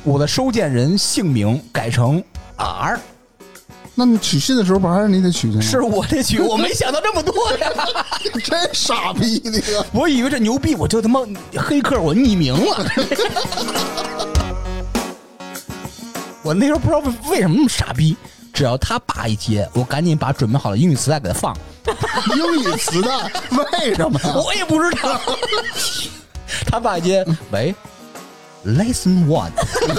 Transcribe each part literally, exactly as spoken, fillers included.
我的收件人姓名改成 R。 那你取信的时候不还是你得取信吗？ 是我得取，我没想到这么多呀！ 真傻逼那个！ 我以为这牛逼，我就他妈黑客，我匿名了。我那时候不知道为什么那么傻逼，只要他爸一接，我赶紧把准备好的英语磁带给他放。 英语磁带为什么呀？ 我也不知道。他爸一接，喂 ，Lesson One。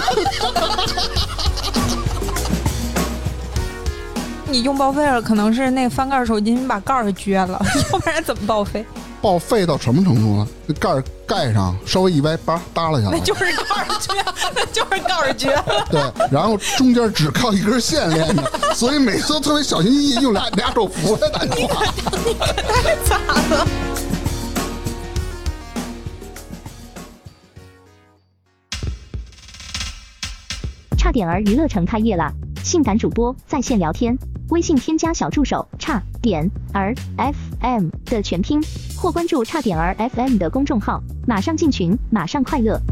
你用报废了，可能是那个翻盖手机你把盖儿给撅了，要不然怎么报废？ 报废到什么程度了？那盖儿盖上稍微一歪，叭耷拉下来， 那就是盖儿撅，那就是盖儿撅。 对，然后中间只靠一根线连着，所以每次都特别小心翼翼，用俩俩手扶着打电话。 你可太惨了。 差点儿娱乐城开业啦！性感主播在线聊天，微信添加小助手差点儿 F M 的全拼，或关注差点儿 F M 的公众号，马上进群，马上快乐。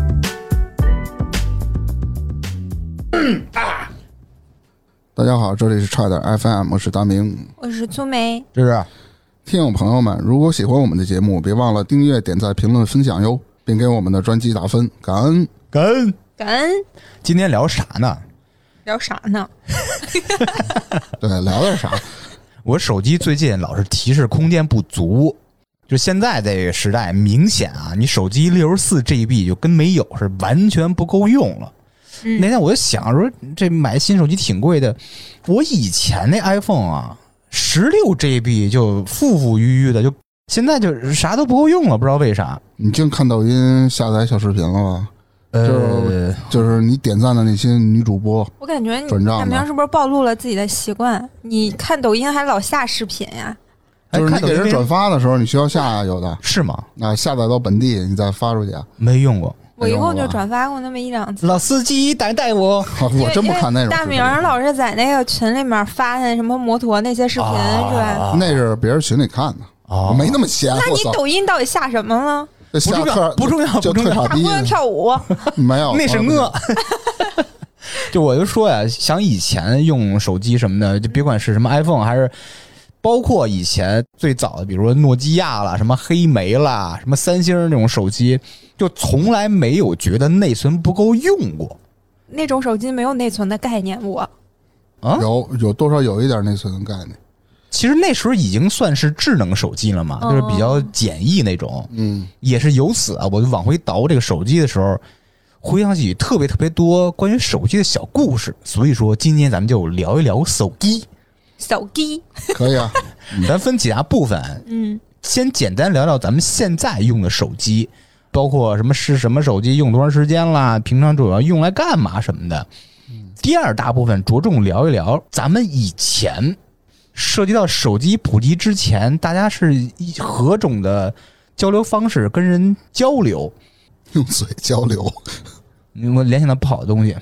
啊、大家好，这里是差点 F M， 我是大明， 我是粗梅。 这是听友朋友们，如果喜欢我们的节目，别忘了订阅、点赞、评论、分享哟，并给我们的专辑打分，感恩感恩感恩。 今天聊啥呢？ 聊啥呢？ 对，聊点啥？ 我手机最近老是提示空间不足，就现在这个时代，明显啊，你手机六十四 G B 就跟没有是完全不够用了。嗯、那天我就想说，这买新手机挺贵的，我以前那 iPhone 啊，十六 G B 就富富裕裕的，就现在就啥都不够用了，不知道为啥。 你净看抖音下载小视频了吧？ 呃， 就是就是你点赞的那些女主播， 我感觉你大明是不是暴露了自己的习惯？你看抖音还老下视频呀？ 就是你给人转发的时候，你需要下呀，有的是吗？ 啊，下载到本地，你再发出去。 没用过， 我一共就转发过那么一两次。 老司机带带我， 我真不看那种。 大明老是在那个群里面发的什么摩托那些视频， 啊、 是吧？ 那是别人群里看的， 哦、 我没那么闲。 那你抖音到底下什么了？ 不重要， 不重要， 就特傻逼。 大姑娘跳舞没有， 那是我。就我就说呀，想以前用手机什么的，就别管是什么 iPhone 还是包括以前最早的，比如说诺基亚啦、什么黑莓啦、什么三星那种手机，就从来没有觉得内存不够用过。 那种手机没有内存的概念，我啊有有多少有一点内存的概念。 其实那时候已经算是智能手机了嘛，就是比较简易那种。 嗯， 也是由此啊，我就往回倒这个手机的时候，回想起特别特别多关于手机的小故事。所以说，今天咱们就聊一聊手机。 手机可以啊， 咱分几大部分。 嗯， 先简单聊聊咱们现在用的手机，包括什么是什么手机，用多长时间啦，平常主要用来干嘛什么的。第二大部分着重聊一聊咱们以前。涉及到手机普及之前，大家是以何种的交流方式跟人交流？ 用嘴交流， 我联想到不好的东西。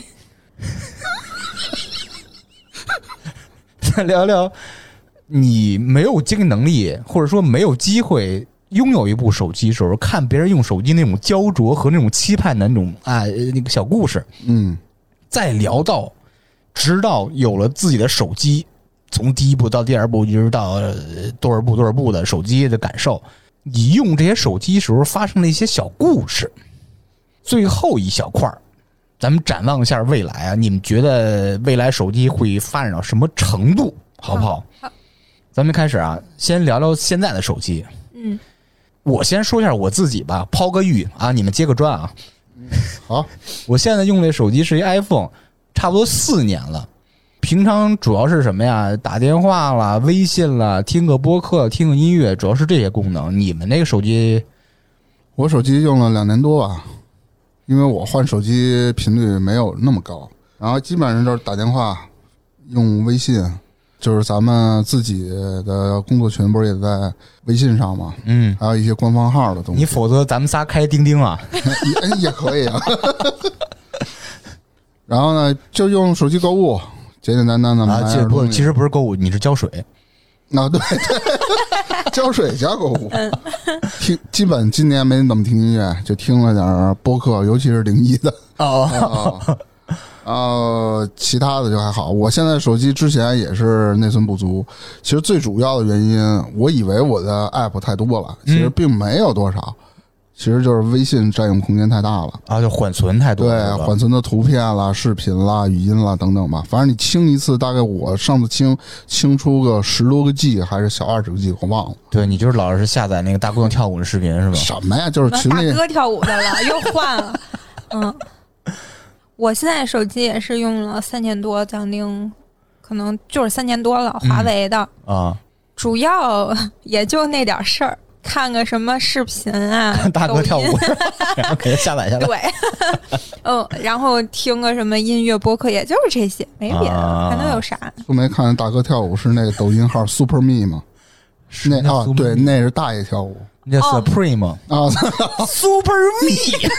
再聊聊你没有经济能力，或者说没有机会拥有一部手机的时候，看别人用手机那种焦灼和那种期盼的那种啊那个小故事。 嗯， 再聊到直到有了自己的手机。从第一步到第二步，一直到多少步多少步的手机的感受，你用这些手机时候发生的一些小故事。最后一小块咱们展望一下未来啊，你们觉得未来手机会发展到什么程度，好不好？ 好， 咱们开始啊，先聊聊现在的手机。 嗯， 我先说一下我自己吧，抛个玉啊，你们接个砖啊。 好， 我现在用的手机是一 iPhone， 差不多四年了。平常主要是什么呀？打电话啦、微信啦、听个播客、听个音乐，主要是这些功能。你们那个手机， 我手机用了两年多吧，因为我换手机频率没有那么高，然后基本上就是打电话、用微信，就是咱们自己的工作群不是也在微信上吗？ 嗯， 还有一些官方号的东西。 你否则咱们仨开钉钉啊， 也也可以啊。然后呢，就用手机购物。简简单单的买点东西， 其实不是购物，你是交水啊，对对，交水加购物。听，基本今年没怎么听音乐，就听了点播客，尤其是灵异的。 哦。 啊呃，其他的就还好。我现在手机之前也是内存不足，其实最主要的原因，我以为我的 app 太多了，其实并没有多少，嗯、其实就是微信占用空间太大了啊，就缓存太多了。 对，缓存的图片啦、视频啦、语音啦等等吧，反正你清一次，大概我上次清清出个十多个 G 还是小二十个 G， 我忘了。 对，你就是老是下载那个大姑娘跳舞的视频是吧？ 什么呀？就是群里大哥跳舞的了，又换了，嗯。我现在手机也是用了三年多，将近可能就是三年多了，华为的、 嗯、啊， 主要也就那点事儿，看个什么视频啊， 大哥跳舞，然后给它下载下来。 对，嗯，然后听个什么音乐播客，也就是这些，没别的，啊、还能有啥？ 都没看见大哥跳舞是那个抖音号 Super Me 吗？ 是那啊，对，那是大爷跳舞， 那 Supreme 啊、 哦、 ，Super Me。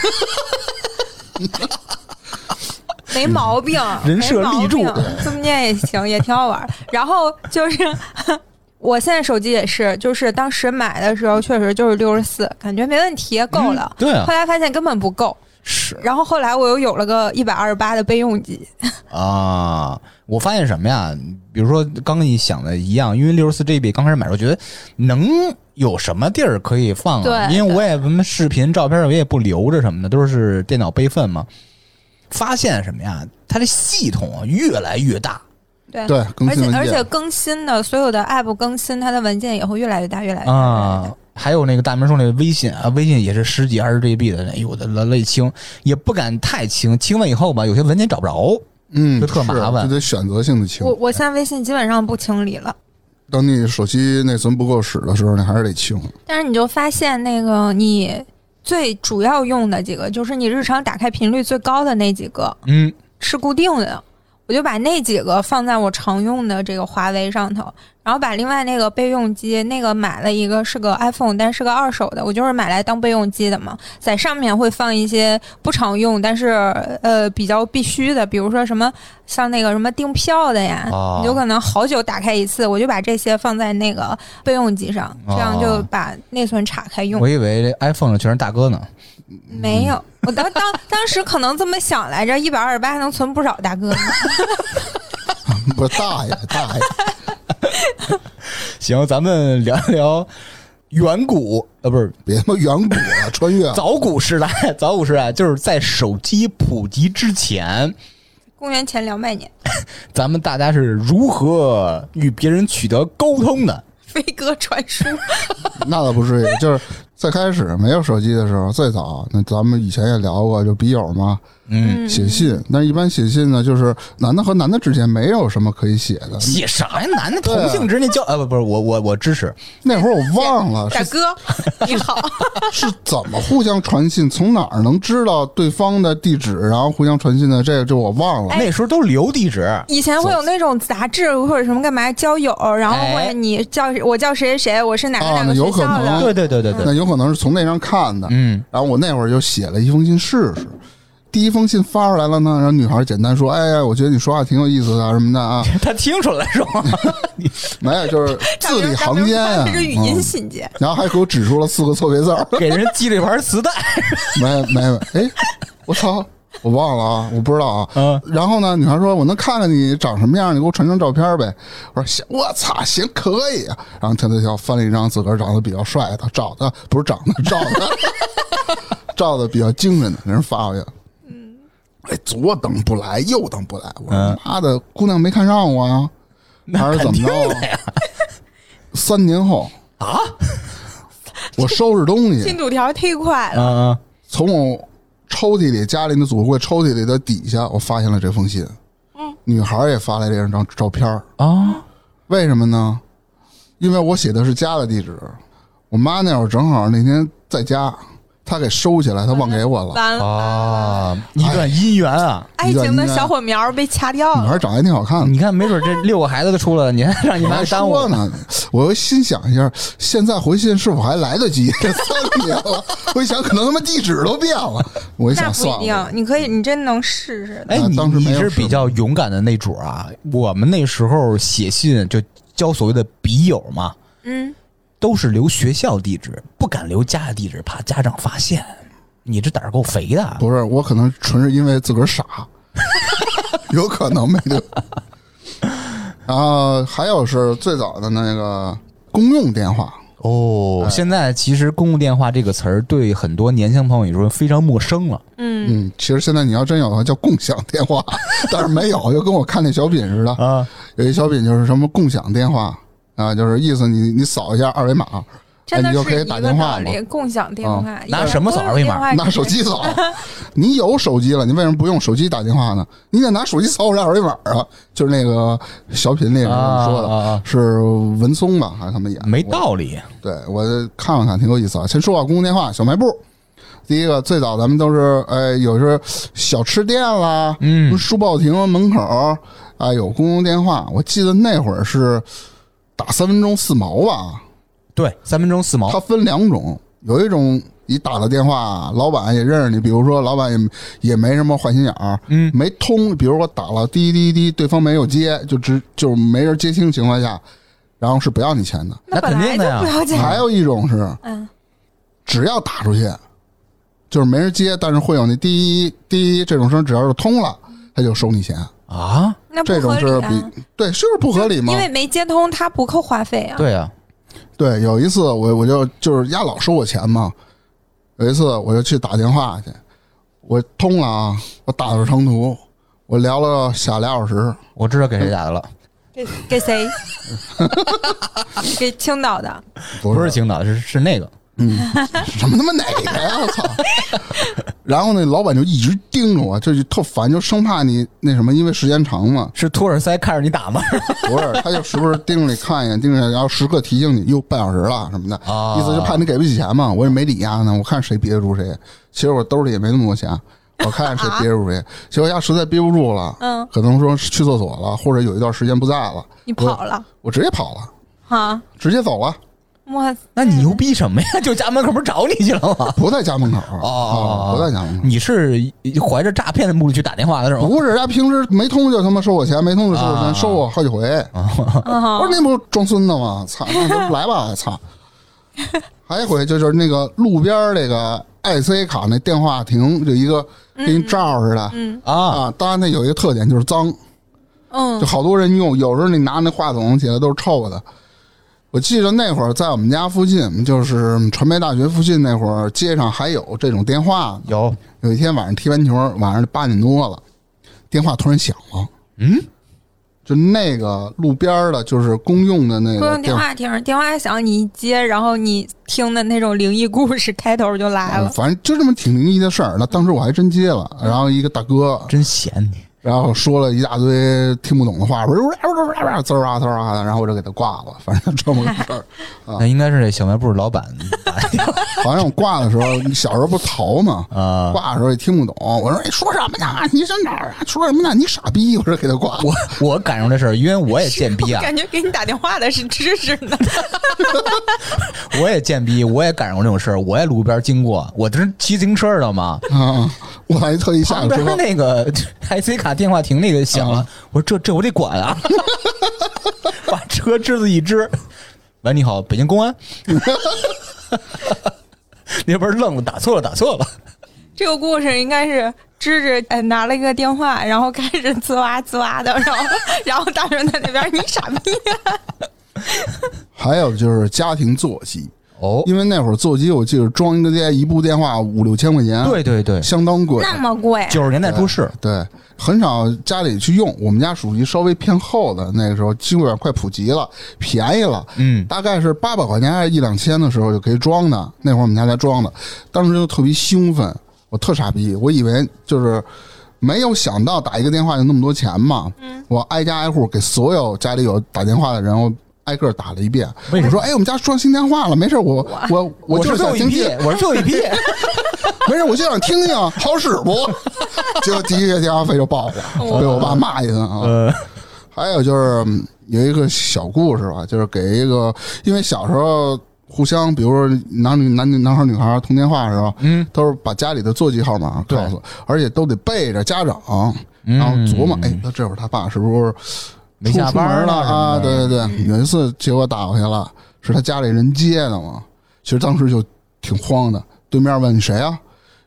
没毛病， 人设立住， 这么念也行，也挺好玩。然后就是我现在手机也是，就是当时买的时候确实就是六十四，感觉没问题，够了。 嗯、对、啊， 后来发现根本不够。 是。 然后后来我又有了个一百二十八的备用机。 啊，我发现什么呀？比如说刚跟你想的一样，因为六十四 G B 刚开始买的时候觉得能有什么地儿可以放啊？因为我也什么视频、照片我也不留着什么的，都是电脑备份嘛。发现什么呀？它的系统啊越来越大， 对对，更新文件， 而且而且更新的所有的 app 更新，它的文件也会越来越大，越来越大啊。还有那个大明说那个微信啊，微信也是十几二十 G B 的，哎呦我的来累清，也不敢太清，清完以后吧，有些文件找不着， 嗯， 就特麻烦， 就得选择性的清。 我我现在微信基本上不清理了。 当你手机内存不够使的时候，你还是得清。 但是你就发现那个你。最主要用的几个就是你日常打开频率最高的那几个， 嗯， 是固定的，我就把那几个放在我常用的这个华为上头，然后把另外那个备用机，那个买了一个是个 iPhone， 但是个二手的，我就是买来当备用机的嘛，在上面会放一些不常用但是呃比较必须的，比如说什么像那个什么订票的呀， 哦、 你就可能好久打开一次，我就把这些放在那个备用机上，这样就把内存岔开用。 我以为这 iPhone 全是大哥呢。 没有，我当当当时可能这么想来着，一百二十八还能存不少大哥呢。 不是大爷，大爷。 行，咱们聊一聊远古，呃，不是， 别他妈远古啊，穿越早古时代，早古时代就是在手机普及之前， 公元前两百年， 咱们大家是如何与别人取得沟通的？ 飞鸽传书。 那倒不至于，就是最开始没有手机的时候，最早那咱们以前也聊过，就笔友嘛， 嗯， 写信。但一般写信呢，就是男的和男的之间没有什么可以写的。 写啥呀？男的同性之间交，呃，不不是，我我我支持。 那会儿我忘了， 大哥你好， 是怎么互相传信？从哪儿能知道对方的地址，然后互相传信的？这个就我忘了。 那时候都留地址， 以前会有那种杂志或者什么干嘛交友，然后会你叫我叫谁谁谁，我是哪个哪个学校的？ 对对对对对， 那有可能是从那上看的。 嗯， 然后我那会儿就写了一封信试试。第一封信发出来了呢，然后女孩简单说：“哎呀，我觉得你说话挺有意思的啊，什么的啊。” 他听出来是吗？ 没有，就是字里行间啊， 这是语音信件、 嗯。然后还给我指出了四个错别字， 给人寄了一盘磁带。 没没没，哎，我操！我忘了啊，我不知道啊。 嗯， 然后呢，女孩说：“我能看看你长什么样，你给我传张照片呗。”我说：“行，我操，行，可以啊。”然后他就翻了一张自个儿长得比较帅的，照的不是长得照的，照的比较精神的，给人发过去。嗯，哎，左等不来，右等不来，我说妈的，姑娘没看上我啊，还是怎么着呀？三年后啊， 我收拾东西， 进度条忒快了， 嗯， 从我抽屉里，家里的组柜抽屉里的底下，我发现了这封信。嗯，女孩也发来这张照片啊。 为什么呢？因为我写的是家的地址，我妈那会儿正好那天在家，她给收起来，她忘给我了。 完了啊，一段姻缘啊， 爱情的小火苗被掐掉了。 女孩长得还挺好看的， 你看，没准这六个孩子都出来了，你还让你妈耽误呢。我又心想一下，现在回信是否还来得及？三年了，我一想，可能他妈地址都变了。我一想，算了， 你可以，你真能试试。 哎，你你是比较勇敢的那主啊。我们那时候写信就交所谓的笔友嘛， 嗯， 都是留学校地址，不敢留家的地址，怕家长发现。 你这胆儿够肥的。 不是，我可能纯是因为自个儿傻，有可能没对。然后还有是最早的那个公用电话。 哦，现在其实公共电话这个词儿对很多年轻朋友来说非常陌生了。 嗯嗯，其实现在你要真有的话叫共享电话，但是没有，就跟我看那小品似的啊。 有一小品就是什么共享电话啊，就是意思你你扫一下二维码， 真的你就可以打电话嘛。 共享电话、 嗯、拿什么扫二维码？ 拿手机扫。你有手机了，你为什么不用手机打电话呢？你得拿手机扫我这二维码啊！就是那个小品里说的，啊啊啊、是文松吧，还是他们演的？ 没道理。 对，我看了看，挺有意思啊。先说下公共电话，小卖部。第一个，最早咱们都是，哎，有时小吃店啦， 嗯， 书报亭门口啊有公共电话。我记得那会儿是打三分钟四毛吧？ 对，三分钟四毛。 它分两种，有一种你打了电话，老板也认识你，比如说老板也也没什么坏心眼儿， 嗯， 没通，比如我打了滴滴滴，对方没有接，就只就没人接听情况下，然后是不要你钱的。 那肯定的呀。 还有一种是， 嗯， 只要打出去。就是没人接，但是会有那滴滴这种声，只要是通了，他就收你钱啊。 那这种是比对，就是不合理吗？ 因为没接通，他不扣话费啊。 对啊， 对，有一次我我就就是丫老收我钱嘛，有一次我就去打电话去，我通了啊，我打的是长途，我聊了小俩小时。 我知道给谁打的了， 给给谁？给青岛的？ 不是， 不是青岛的，是是那个。 嗯，什么他妈哪个呀！我操！然后那老板就一直盯着我，这就特烦，就生怕你那什么，因为时间长嘛。 是托尔塞看着你打吗？ 不是，他就时不时盯着你看一眼，盯着，然后时刻提醒你，哟，半小时了什么的， 啊、 意思就怕你给不起钱嘛。我也没理呀呢，我看谁憋得住谁。其实我兜里也没那么多钱，我看谁憋得住谁。结果丫实在憋不住了，嗯，可能说去厕所了，或者有一段时间不在了， 你跑了， 我, 我直接跑了， 啊， 直接走了。 哇， 那你牛逼什么呀？就家门口不是找你去了吗？ 不在家门口哦， 不在家门口。 你是怀着诈骗的目的去打电话的是吗？ 不是，人家平时没通就他妈收我钱，没通就收我钱，啊、收我好几回。啊、我说那不装孙子吗？操，那来吧，操！还一回就是那个路边那个 I C 卡那电话亭，就一个跟一罩似的， 嗯啊啊！当然它有一个特点就是脏， 嗯， 就好多人用，有时候你拿那话筒起来都是臭的。我记得那会儿在我们家附近，就是传媒大学附近那会儿，街上还有这种电话。 有有一天晚上踢完球，晚上八点多了，电话突然响了。 嗯， 就那个路边的，就是公用的那个公用电话亭，电话响你一接，然后你听的那种灵异故事开头就来了。 嗯、反正就这么挺灵异的事儿。那当时我还真接了，然后一个大哥真嫌你。 然后说了一大堆听不懂的话，滋儿滋啊滋啊的，然后我就给他挂了，反正这么个事儿。啊、 那应该是这小卖部老板打的。 好像我挂的时候，小时候不逃吗？ 啊， 挂的时候也听不懂。我说：“你说什么呢？你上哪儿啊？说什么呢？你傻逼！”我说给他挂。 我我赶上这事儿，因为我也贱逼啊。 感觉给你打电话的是芝芝呢。 我也贱逼，我也赶上过这种事儿。我也路边经过，我这是骑自行车的嘛。 啊，我还特意下旁边那个 I C 卡电话亭那个响了，啊、我说这这我得管啊，把车吱子一支。喂，你好，北京公安。那边愣了，打错了，打错了。 这个故事应该是芝芝哎拿了一个电话，然后开始滋哇滋哇的，然后然后大人在那边，你傻逼啊！ 还有就是家庭座机。 哦， 因为那会儿座机，我记得装一个电一部电话五六千块钱， 对对对， 相当贵， 那么贵。 九十年代出世， 对，很少家里去用。我们家属于稍微偏厚的，那个时候基本上快普及了，便宜了， 嗯， 大概是八百块钱还是一两千的时候就可以装的。那会儿我们家才装的，当时就特别兴奋，我特傻逼，我以为就是没有想到打一个电话就那么多钱嘛，嗯，我挨家挨户给所有家里有打电话的人，我挨个打了一遍。我说：“哎，我们家装新电话了，没事，我我我我就是想听听， 我是最后一批， 没事，我就想听听，好使不？”结果第一个电话费就爆了，被我爸骂一顿啊。 呃、 还有就是有一个小故事吧，就是给一个，因为小时候互相，比如说男女男女男孩女孩通电话的时候， 嗯， 都是把家里的座机号码告诉，而且都得背着家长，然后琢磨，哎，那这会儿他爸是不是？ 没下班了啊！对对对，有一次结果打过去了，是他家里人接的嘛。其实当时就挺慌的。对面问你谁啊？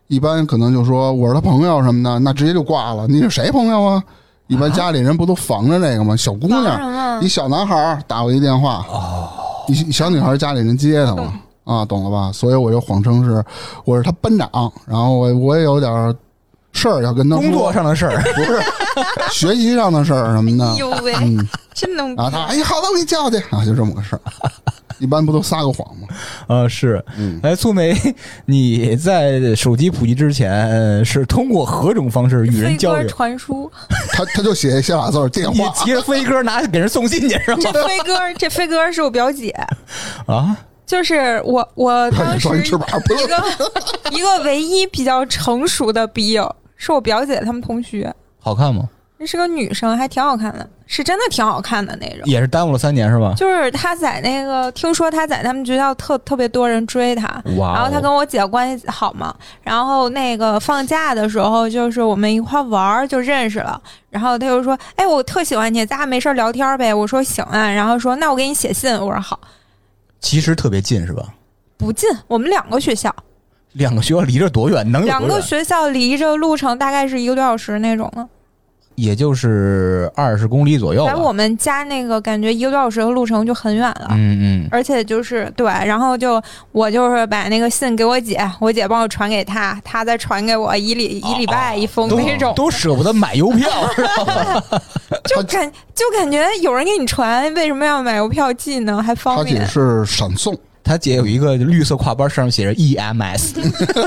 一般可能就说我是他朋友什么的，那直接就挂了。你是谁朋友啊？一般家里人不都防着这个吗？小姑娘，一小男孩打过一电话，哦，一小女孩家里人接他嘛，啊，懂了吧？所以我就谎称是我是他班长，然后我我也有点事儿要跟他说， 工作上的事儿， 不是学习上的事儿什么的。 呦喂， 嗯， 真能。 然后他哎，好的，我给你叫去啊，就这么个事儿。一般不都撒个谎吗？ 啊，是。 嗯， 哎，粗梅，你在手机普及之前，呃、是通过何种方式与人交流？ 传输。 他他就写写俩字儿电话， 你骑着飞鸽拿给人送信去是吗？ 这飞鸽，这飞鸽是我表姐啊。 就是我，我当时翅膀一个一个唯一比较成熟的笔友，是我表姐他们同学。 好看吗？ 那是个女生，还挺好看的，是真的挺好看的那种。 也是耽误了三年是吧？ 就是她在那个，听说她在他们学校特特别多人追她， 哇、哦！ 然后她跟我姐关系好嘛，然后那个放假的时候，就是我们一块玩就认识了，然后她就说：“哎，我特喜欢你，咱俩没事聊天呗。”我说：“行啊。”然后说：“那我给你写信。”我说：“好。” 其实特别近是吧？ 不近，我们两个学校。 两个学校离着多远？能有多远？ 两个学校离着路程大概是一个多小时那种了。 也就是二十公里左右吧。 在我们家那个感觉一个多小时的路程就很远了， 嗯嗯， 而且就是对，然后就我就是把那个信给我姐，我姐帮我传给她，她再传给我，一礼一礼拜一封那种， 都舍不得买邮票， 就感就感觉有人给你传，为什么要买邮票寄呢？还方便。 他姐是闪送， 他姐有一个绿色挎包，上面写着 E M S。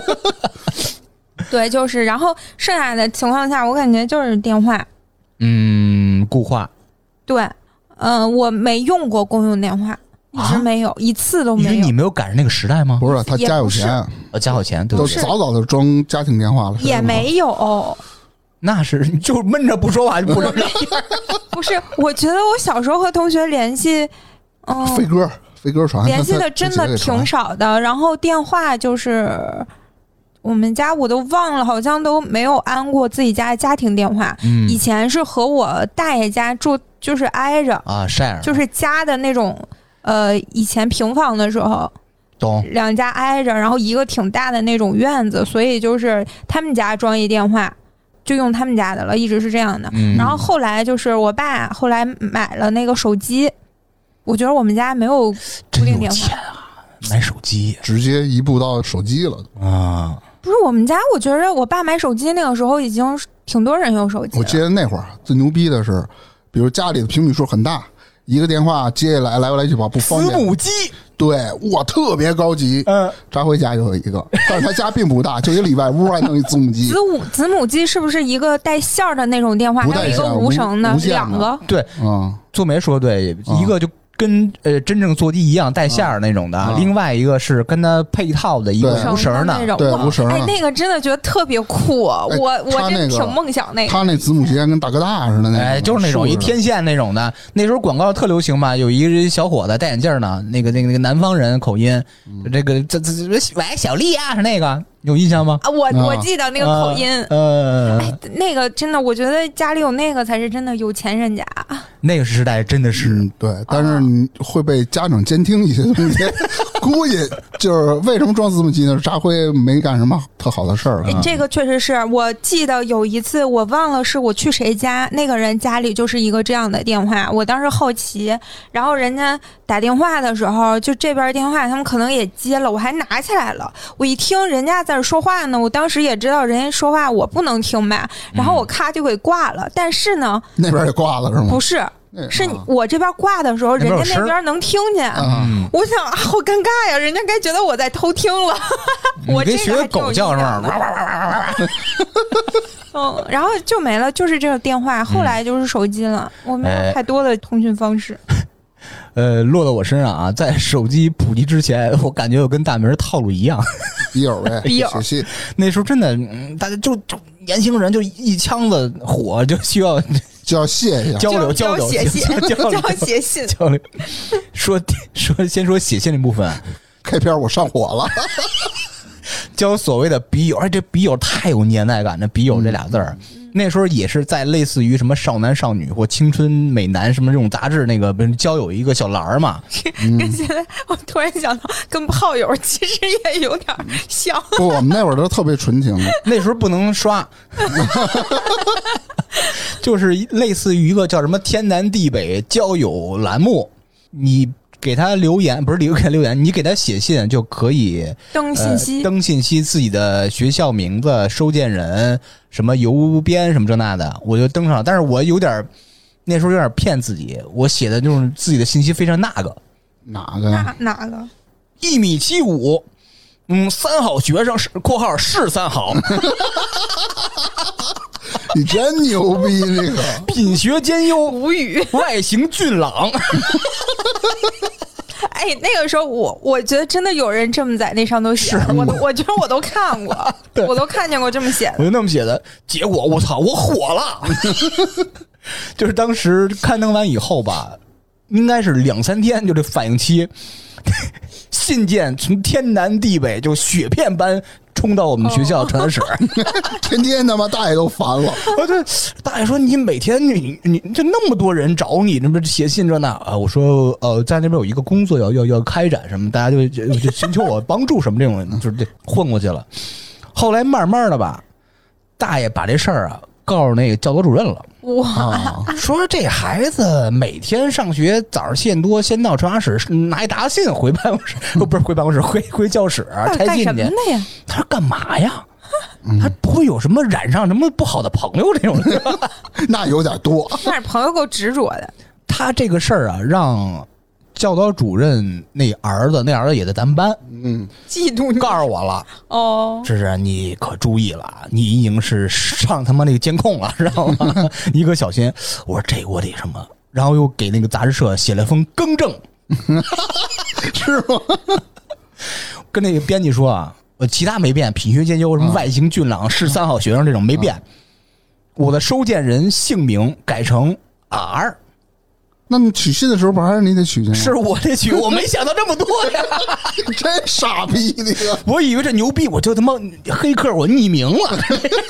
对，就是，然后剩下的情况下，我感觉就是电话， 嗯，固话。 对，嗯、呃，我没用过公用电话，一直没有，啊、一次都没有。 因为你没有赶上那个时代吗？ 不是，他家有钱， 呃，家有钱，对都早早就装家庭电话了。 也没有， 那是就闷着不说话就不能聊天。 不是，我觉得我小时候和同学联系，嗯、呃， 飞鸽，飞鸽传联系的真的挺少的，然后电话就是。我们家我都忘了，好像都没有安过自己家的家庭电话。嗯，以前是和我大爷家住，就是挨着啊，share， 就是家的那种，呃，以前平房的时候， 懂， 两家挨着，然后一个挺大的那种院子，所以就是他们家装一电话，就用他们家的了，一直是这样的。嗯，然后后来就是我爸后来买了那个手机，我觉得我们家没有固定电话啊，买手机直接移步到手机了啊。 不是我们家，我觉得我爸买手机那个时候已经挺多人有手机了。 我记得那会儿最牛逼的是，比如家里的平米数很大，一个电话接下来来来去跑不方便。 子母机， 对，哇，特别高级。嗯，张辉家就有一个，但是他家并不大，就一里外屋还弄一子母机。 子母子母机是不是一个带线的那种电话？还有一个无绳的，两个。 对，嗯，做梅说对，一个就。跟呃真正座机一样带线儿那种的，啊、另外一个是跟它配套的一个无绳的那种， 对无绳。 哎，那个真的觉得特别酷，哎、我我真挺梦想那个。 他那子母机跟大哥大似的那种， 哎，就是那种一天线那种的。那时候广告特流行嘛，有一个小伙子戴眼镜呢，那个那个那个南方人口音，嗯、这个这这喂小丽啊是那个。有印象吗？ 啊，我我记得那个口音， 呃， 哎，那个真的，我觉得家里有那个才是真的有钱人家。 那个时代真的是、 嗯、对，但是你会被家长监听一些东西，估计就是为什么装子母机呢？扎辉没干什么特好的事儿、 啊。这个确实是我记得有一次，我忘了是我去谁家，那个人家里就是一个这样的电话，我当时好奇，然后人家打电话的时候，就这边电话他们可能也接了，我还拿起来了，我一听人家在说话呢，我当时也知道人家说话我不能听吧，然后我咔就给挂了。嗯、但是呢， 那边也挂了是吗？ 不是，是我这边挂的时候，人家那边能听见。 嗯、 我想啊，好尴尬呀，人家该觉得我在偷听了。我跟学狗叫声，哇哇哇哇哇！ 嗯，然后就没了，就是这个电话，后来就是手机了，嗯、我没有太多的通讯方式。 呃，落到我身上啊，在手机普及之前，我感觉我跟大明套路一样， 笔友呗， 笔友。 那时候真的，嗯、大家就就年轻人就一腔子火，就需要就要谢一下交流交流， 写信交流写信交流。说说先说写信这部分， 开篇我上火了， 交所谓的笔友，哎，这笔友太有年代感，这笔友这俩字儿。嗯那时候也是在类似于什么少男少女或青春美男什么这种杂志，那个交友一个小栏嘛。 跟现在我突然想到，跟炮友其实也有点像。 不，我们那会儿都特别纯情， 那时候不能刷，就是类似于一个叫什么天南地北交友栏目，你给他留言，不是给他留言，你给他写信就可以登信息、 呃、登信息，自己的学校名字、收件人、什么邮编什么这那的，我就登上了。但是我有点那时候有点骗自己，我写的就是自己的信息非常那个哪个哪哪个一米七五，嗯，三好学生是（括号是三好）。 你真牛逼！那个品学兼优， 无语， 外形俊朗。 哎，那个时候我我觉得真的有人这么在那上头写，我都我觉得我都看过，我都看见过这么写的， 我就那么写的。结果我操，我火了！就是当时刊登完以后吧，应该是两三天就这反应期，信件从天南地北就雪片般冲到我们学校传达室， 天天他妈大爷都烦了。 我这大爷说你每天你你这那么多人找你，这不写信这那啊？我说呃，在那边有一个工作要要要开展什么，大家就就就寻求我帮助什么这种，就是这混过去了。后来慢慢的吧，大爷把这事儿啊告诉那个教导主任了。 哇、 啊！说这孩子每天上学早上七点多先到传达室拿一沓信回办公室，不是回办公室，回回教室拆信去。 干什么的呀？ 他说干嘛呀？他不会有什么染上什么不好的朋友这种人？ 那有点多。 那是朋友够执着的。 他这个事儿啊，让教导主任那儿子，那儿子也在咱们班， 嗯， 嫉妒你， 告诉我了。 哦， 这是你可注意了，你已经是上他妈那个监控了，知道吗？你可小心。我说这我得什么，然后又给那个杂志社写了封更正， 是吗？ 跟那个编辑说啊，我其他没变，品学兼优，什么外形俊朗，是三好学生这种没变。我的收件人姓名改成 R。 那你取信的时候不还是你得取信吗？ 是我得取，我没想到这么多呀！ 真傻逼那个！ 我以为这牛逼，我就他妈黑客，我匿名了。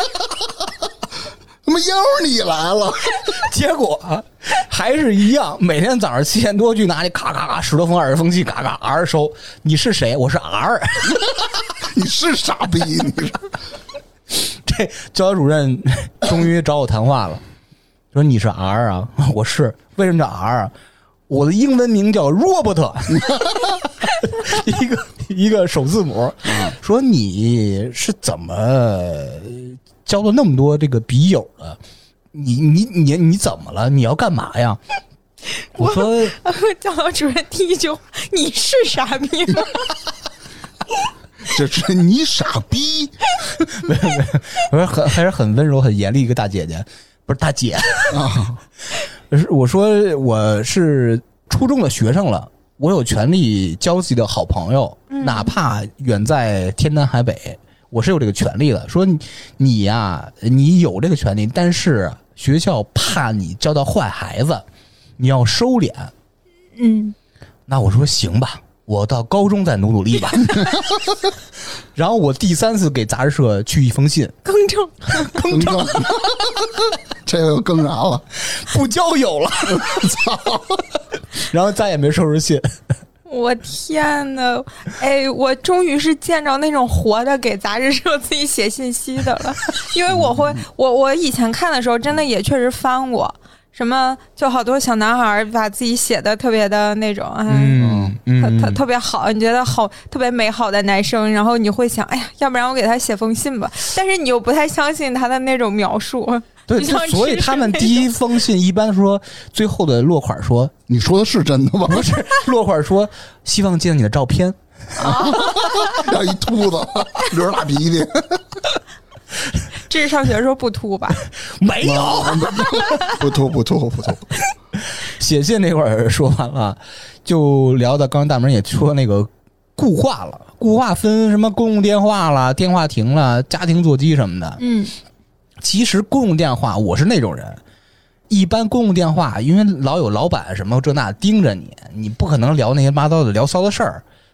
他妈又你来了， 结果、啊、还是一样，每天早上七点多去拿去咔咔咔十多封二十封信，咔咔 R 收。你是谁？我是 R。 你是傻逼，你是。 这教导主任终于找我谈话了，说你是 R 啊？我是。为什么叫 R 啊？我的英文名叫 Robert， 一个一个首字母。说你是怎么交了那么多这个笔友的？你你你你怎么了？你要干嘛呀？我说， 我教导主任第一句话，你是傻逼吗？ 这是你傻逼。 没有没有，我说很还是很温柔很严厉一个大姐姐，不是大姐啊。我说我是初中的学生了，我有权利交自己的好朋友，嗯、哪怕远在天南海北，我是有这个权利的。说你呀、啊，你有这个权利，但是学校怕你交到坏孩子，你要收敛。 嗯， 那我说行吧，我到高中再努努力吧。然后我第三次给杂志社去一封信， 更正， 更正，这个又更啥了？ 不交友了，操！然后再也没收着信。 我天哪！哎，我终于是见着那种活的给杂志社自己写信息的了，因为我会，我我以前看的时候，真的也确实翻过。什么就好多小男孩把自己写的特别的那种，哎， 嗯嗯， 特特特别好，你觉得好特别美好的男生，然后你会想，哎呀，要不然我给他写封信吧，但是你又不太相信他的那种描述。 对，所以他们第一封信一般说最后的落款说， 你说的是真的吗？ 不是，落款说希望见到你的照片， 啊，要一秃子流着大鼻涕。 这是上学的时候不秃吧？ 没有， 不秃不秃不秃。 写信那会儿说完了，就聊到刚刚大门也说那个固话了，固话分什么公用电话了、电话亭了、家庭座机什么的。 嗯， 其实公用电话我是那种人，一般公用电话因为老有老板什么这那盯着你，你不可能聊那些八糟的聊骚的事儿。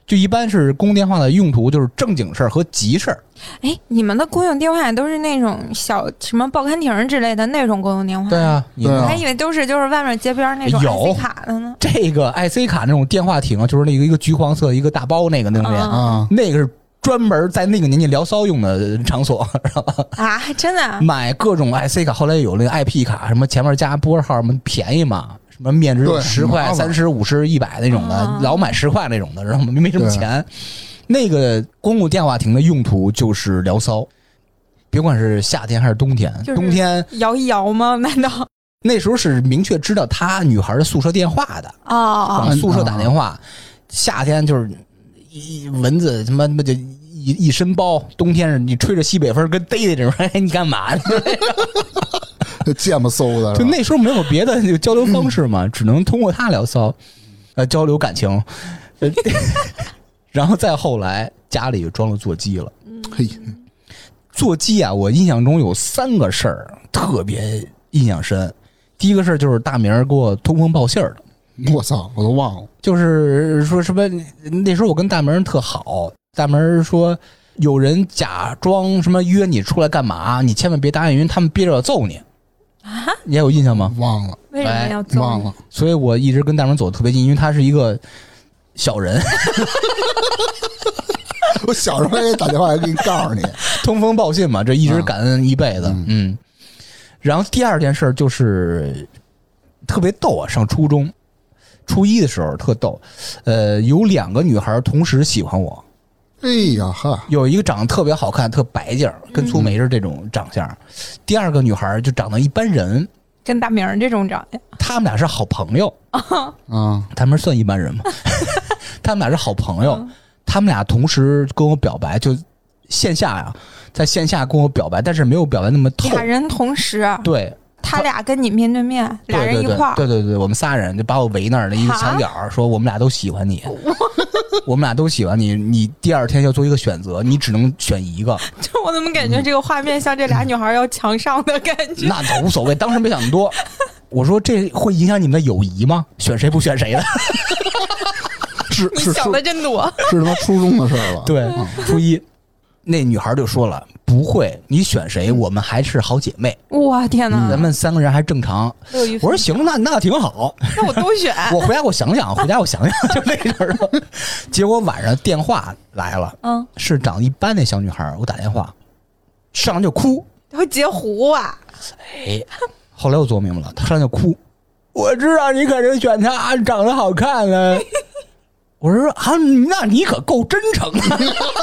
就一般是公用电话的用途就是正经事儿和急事儿。 哎，你们的公用电话都是那种小什么报刊亭之类的那种公用电话？ 对啊，你对啊我还以为都是就是外面街边那种 I C 卡的呢。 这个 I C 卡那种电话亭啊，就是那个一个橘黄色一个大包那个那种， 啊， 那个是专门在那个年纪聊骚用的场所，知道吧？ 啊，真的、啊？ 买各种 I C 卡，后来有那个 I P 卡，什么前面加拨号，什么便宜嘛，什么面值十块、三十、五十、一百那种的， 啊、 老买十块那种的，然后没什么钱。那个公共电话亭的用途就是聊骚，别管是夏天还是冬天， 就是、 冬天摇一摇吗？难道那时候是明确知道他女孩的宿舍电话的啊？ 往宿舍打电话，夏天就是一蚊子他妈他妈就一一身包，冬天是你吹着西北风跟逮的这种，哎，你干嘛呢？ 芥末馊的， 就那时候没有别的那个交流方式嘛，嗯、只能通过他聊骚，呃，交流感情。然后再后来家里就装了座机了。 嘿， 座机啊，我印象中有三个事儿特别印象深。第一个事儿就是大明给我通风报信儿的。 我操，我都忘了。 就是说什么那时候我跟大明特好，大明说有人假装什么约你出来干嘛，你千万别答应，因为他们憋着要揍你。 啊， 你还有印象吗？ 忘了。 为什么要揍？ 忘了。 所以我一直跟大明走得特别近，因为他是一个小人。 我小时候也打电话给你告诉你， 通风报信嘛，这一直感恩一辈子。嗯, 嗯，然后第二件事就是特别逗啊，上初中初一的时候特逗，呃，有两个女孩同时喜欢我。 哎呀哈， 有一个长得特别好看，特白净，跟粗梅是这种长相。嗯、第二个女孩就长得一般人， 跟大明这种长相。 他们俩是好朋友啊， 他们算一般人吗？他们俩是好朋友。嗯，他们俩同时跟我表白，就线下呀，在线下跟我表白，但是没有表白那么透。 俩人同时， 对， 他俩跟你面对面，俩人一块儿， 对对 对, 对, 对，我们仨人就把我围那儿的一个墙角，说我们俩都喜欢你，我们俩都喜欢你，你第二天要做一个选择，你只能选一个。 就我怎么感觉这个画面像这俩女孩要墙上的感觉？ 那倒无所谓，当时没想那么多。我说这会影响你们的友谊吗？选谁不选谁的？ 是你想的真多， 是他妈初中的事儿了。 对，初一那女孩就说了，不会，你选谁，我们还是好姐妹。 哇天哪， 咱们三个人还正常。我说行，那那挺好， 那我都选。 我回家我想想，回家我想想，就那阵儿。结果晚上电话来了，嗯，是长得一般那小女孩，我打电话，上来就哭， 会截胡啊。 哎，后来我琢磨明白了，她上来就哭，我知道你肯定选她，长得好看了。我说啊，那你可够真诚的。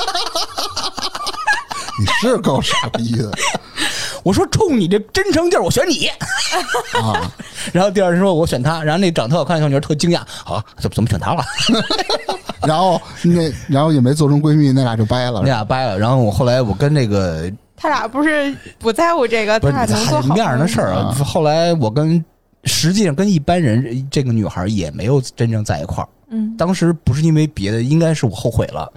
你是够傻逼的。 我说冲你这真诚劲儿，我选你。啊，然后第二天说我选他，然后那长特好看的小女孩特惊讶，啊，怎么怎么选他了？ 然后那然后也没做成闺蜜，那俩就掰了， 那俩掰了。然后我后来我跟这个他俩不是不在乎这个，他俩能做好面上的事儿啊。后来我跟实际上跟一般人这个女孩也没有真正在一块儿。嗯，当时不是因为别的，应该是我后悔了。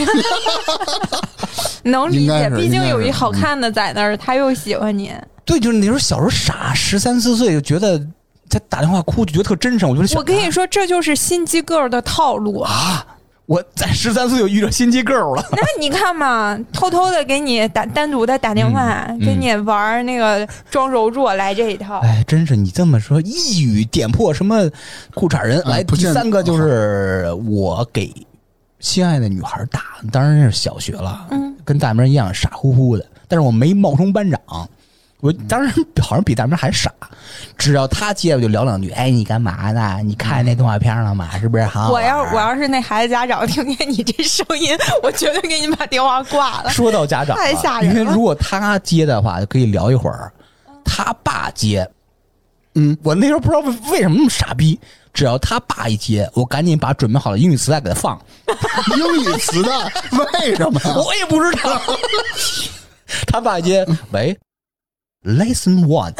能理解，毕竟有一好看的在那儿，他又喜欢你。 对，就是那时候小时候傻，十三四岁就觉得他打电话哭就觉得特真诚，我觉得我跟你说，这就是心机 girl 的套路啊！我在十三岁就遇着心机 girl 了。 那你看嘛，偷偷的给你打单独的打电话，嗯、给你玩那个装柔弱来这一套。 哎，真是你这么说，一语点破什么裤衩人。来，第三个就是我给心爱的女孩打，当然是小学了，嗯，跟大明一样傻乎乎的，但是我没冒充班长。我当然好像比大明还傻，只要他接我就聊两句。哎，你干嘛呢？你看那动画片了吗？是不是好？ 我要我要是那孩子家长听见你这声音，我绝对给你把电话挂了。 说到家长， 太吓人了。 因为如果他接的话，就可以聊一会儿。他爸接，嗯，我那时候不知道为什么那么傻逼，只要他爸一接，我赶紧把准备好的英语磁带给他放。 英语磁带？为什么呀？ 我也不知道。他爸一接，喂。Lesson one，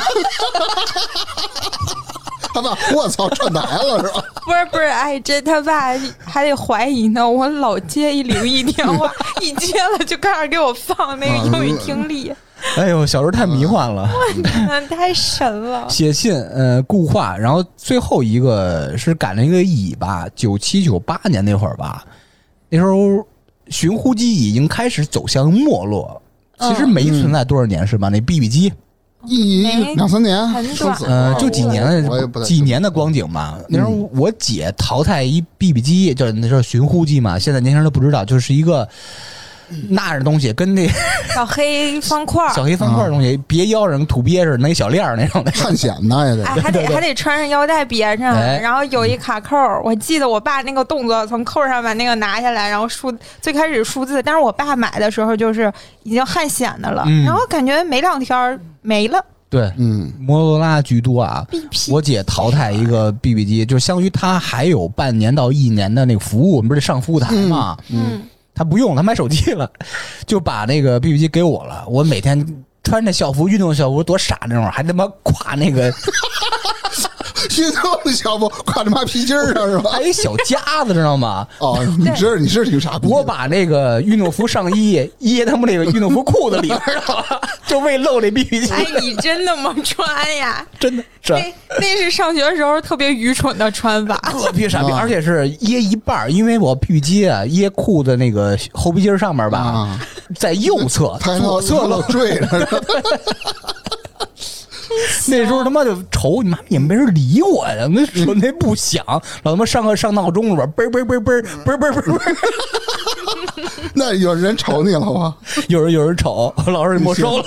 他爸，我操，串台了是吧？ 不是不是，哎，这他爸还得怀疑呢。我老接一灵异电话，一接了就开始给我放那个英语听力。 哎呦，小时候太迷幻了， 我天，太神了！ 写信，呃，固话，然后最后一个是赶了一个乙吧，九七九八年那会儿吧。 那时候寻呼机已经开始走向没落，其实没存在多少年、嗯、是吧？那 B B 机一两三年， 很短， 呃，就几年的几年的光景吧。那时候我姐淘汰一 B B 机，就是那时候寻呼机嘛，现在年轻人都不知道，就是一个那的东西，跟那小黑方块、 小黑方块的东西，别腰上土鳖似的，那小链儿那种的， 探险的也得， 哎，还得还得穿上腰带别上， 哎、 然后有一卡扣。我记得我爸那个动作，从扣上把那个拿下来，然后输最开始输字，但是我爸买的时候就是已经汉显的了，嗯、然后感觉没两天没了。 对，嗯，摩托罗拉居多啊。 B P 我姐淘汰一个 B B 机，就相当于她还有半年到一年的那个服务，我们不是得上服务台嘛？ 嗯， 她不用，她买手机了，就把那个 B B 机给我了。我每天穿着校服，运动校服，多傻那种，还他妈挎那个运动校服，挎着妈皮筋儿上是吧？ 还有一小夹子，知道吗？ 哦，你是你是挺傻逼。 我把那个运动服上衣掖他们那个运动服裤子里边了，就为露这 B B 机。 哎，你真的吗？穿呀， 真的。 那那是上学的时候特别愚蠢的穿法， 特别傻逼，而且是掖一半，因为我 B B 机啊掖裤子那个后鼻筋上面吧，啊、在右侧，左侧老坠着。 那时候他妈就愁你妈也没人理我呀，那说那不响，老他妈上课上闹钟了吧，嘣嘣嘣嘣嘣嘣嘣嘣。 那有人瞅你了吗？ 有人有人瞅，老师没收了。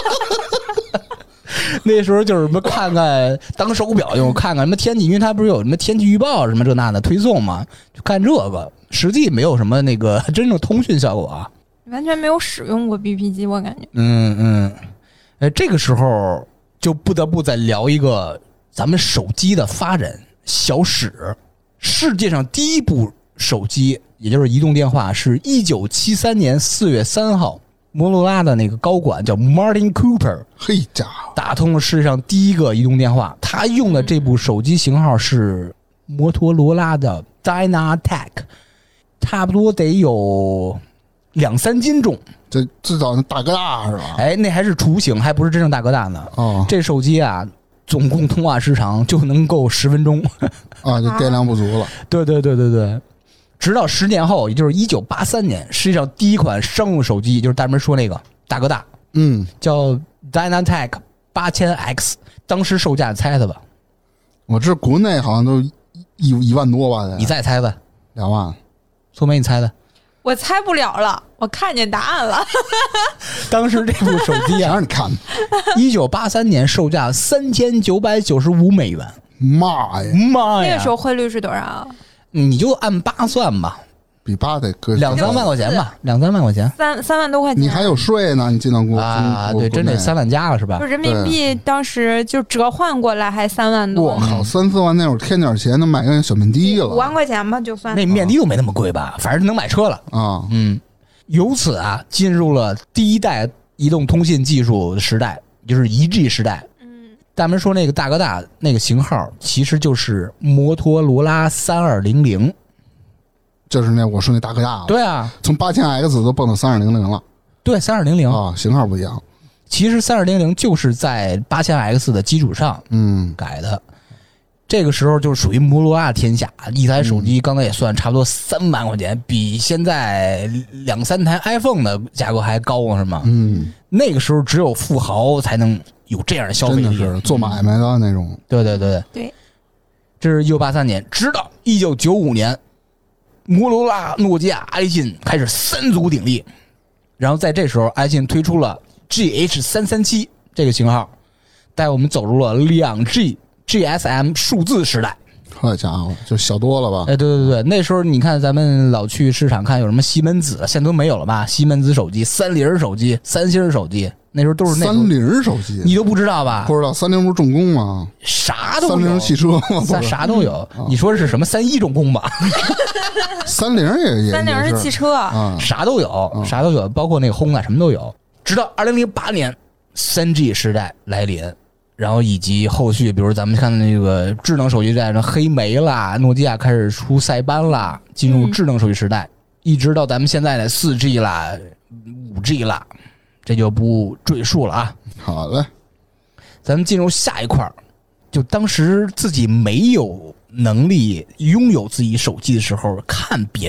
那时候就是什么看看当手表用，看看什么天气，因为它不是有什么天气预报什么这那的推送嘛，就看这个，实际没有什么那个真正通讯效果啊。 完全没有使用过 B P 机，我感觉。 嗯嗯，呃，这个时候就不得不再聊一个咱们手机的发展小史。世界上第一部手机，也就是移动电话，是一九七三年四月三号。摩托罗拉的那个高管叫 Martin Cooper， 嘿家伙， 打通了世界上第一个移动电话。他用的这部手机型号是摩托罗拉的 Dynatec， 差不多得有两三斤重。 这至少那大哥大是吧？ 哎，那还是雏形，还不是真正大哥大呢。 哦， 这手机啊，总共通话时长就能够十分钟。 啊，就电量不足了。 对对对对对。直到十年后，也就是一九八三年，世界上第一款商用手机，就是大门说那个大哥大， 嗯， 叫 Dynatec 八千 X， 当时售价猜猜吧？ 我这国内好像都一一万多吧？ 你再猜猜？ 两万？ 聪梅，你猜猜？ 我猜不了了，我看见答案了。 当时这部手机啊， 让你看， 一九八三年售价三千九百九十五美元。 妈呀， 妈呀！ 那个时候汇率是多少？ 你就按八算吧， 比八得搁两三万块钱吧，两三万块钱， 三三万多块钱。 你还有税呢，你进到国啊？对，真得三万加了是吧？ 就人民币当时就折换过来还三万多。 我靠，三四万那会儿添点钱能买个小面的了， 五万块钱吧，就算那面的又没那么贵吧，反正能买车了啊。 嗯，由此啊，进入了第一代移动通信技术时代，就是一 G 时代。大门说那个大哥大那个型号其实就是摩托罗拉三二零零， 就是那我说那大哥大。 对啊， 从八千 X 都蹦到三二零零了。 对，三二零零啊，型号不一样。 其实三二零零就是在八千 X 的基础上嗯改的。这个时候就属于摩托罗拉天下，一台手机刚才也算差不多三万块钱，比现在两三台 iPhone 的价格还高是吗？ 嗯， 那个时候只有富豪才能有这样的消费力， 真的是做买卖的那种。 对对对对， 这是一九八三年，直到一九九五年，摩托罗拉、诺基亚、爱信开始三足鼎立，然后在这时候，爱信推出了 G H 三三七这个型号，带我们走入了两 G G S M 数字时代。 好家伙，就小多了吧？ 哎，对对对，那时候你看咱们老去市场看有什么西门子，现在都没有了吧？西门子手机、三菱手机、三星手机，那时候都是那三菱手机， 你都不知道吧？ 不知道，三菱不是重工吗？ 啥都有， 三菱汽车吗？ 啥啥都有。你说的是什么三一重工吧？ 三菱也也三菱是汽车啊， 啥都有，啥都有，包括那个轰啊，什么都有。直到二零零八年，三 G 时代来临。然后以及后续，比如咱们看那个智能手机在那黑莓啦，诺基亚开始出塞班啦，进入智能手机时代，嗯、一直到咱们现在的四 G 啦、五 G 啦，这就不赘述了啊。 好嘞， 咱们进入下一块，就当时自己没有能力拥有自己手机的时候，看别人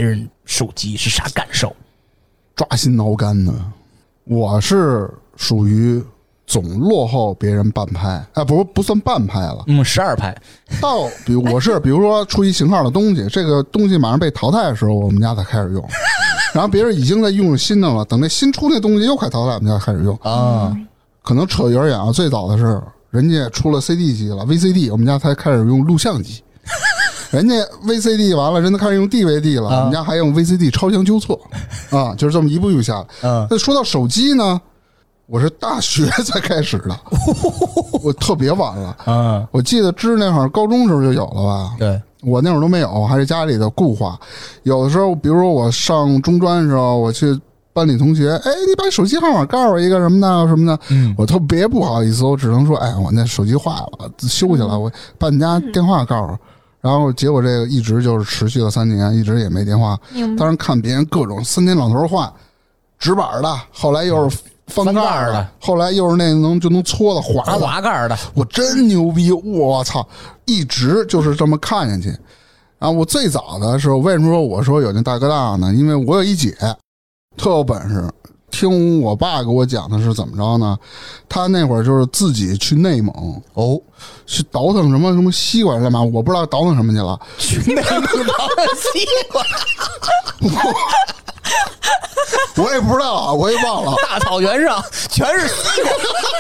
手机是啥感受？ 抓心挠肝的。我是属于总落后别人半拍，哎，不不算半拍了， 嗯，十二拍。 到比如我是比如说出一型号的东西，这个东西马上被淘汰的时候，我们家才开始用。然后别人已经在用新的了，等那新出那东西又快淘汰，我们家开始用啊。 可能扯远啊，最早的是人家出了 C D 机了 ，V C D， 我们家才开始用录像机。人家 V C D 完了，人家开始用 D V D 了，啊、我们家还用 V C D 超强纠错啊，就是这么一步一步下来。嗯，那说到手机呢，我是大学才开始的，我特别晚了。嗯，我记得知那会儿高中时候就有了吧？ 对， 我那会儿都没有，还是家里的固话。有的时候，比如说我上中专的时候，我去班里同学，哎，你把手机号码告诉我一个什么的什么的，嗯，我特别不好意思，我只能说，哎，我那手机坏了，修去了，我把你家电话告诉我。然后结果这个一直就是持续了三年，一直也没电话。当时看别人各种三天两头换，直板的，后来又是翻盖的，后来又是那能就能搓的滑的滑盖的， 我真牛逼！我操，一直就是这么看下去。然后我最早的时候，为什么说我说有那大哥大呢？因为我有一姐特有本事。听我爸给我讲的是怎么着呢？他那会儿就是自己去内蒙哦， 去倒腾什么什么西瓜干嘛？我不知道倒腾什么去了。 去内蒙倒腾西瓜， 我, 我也不知道啊，我也忘了。 大草原上全是西瓜。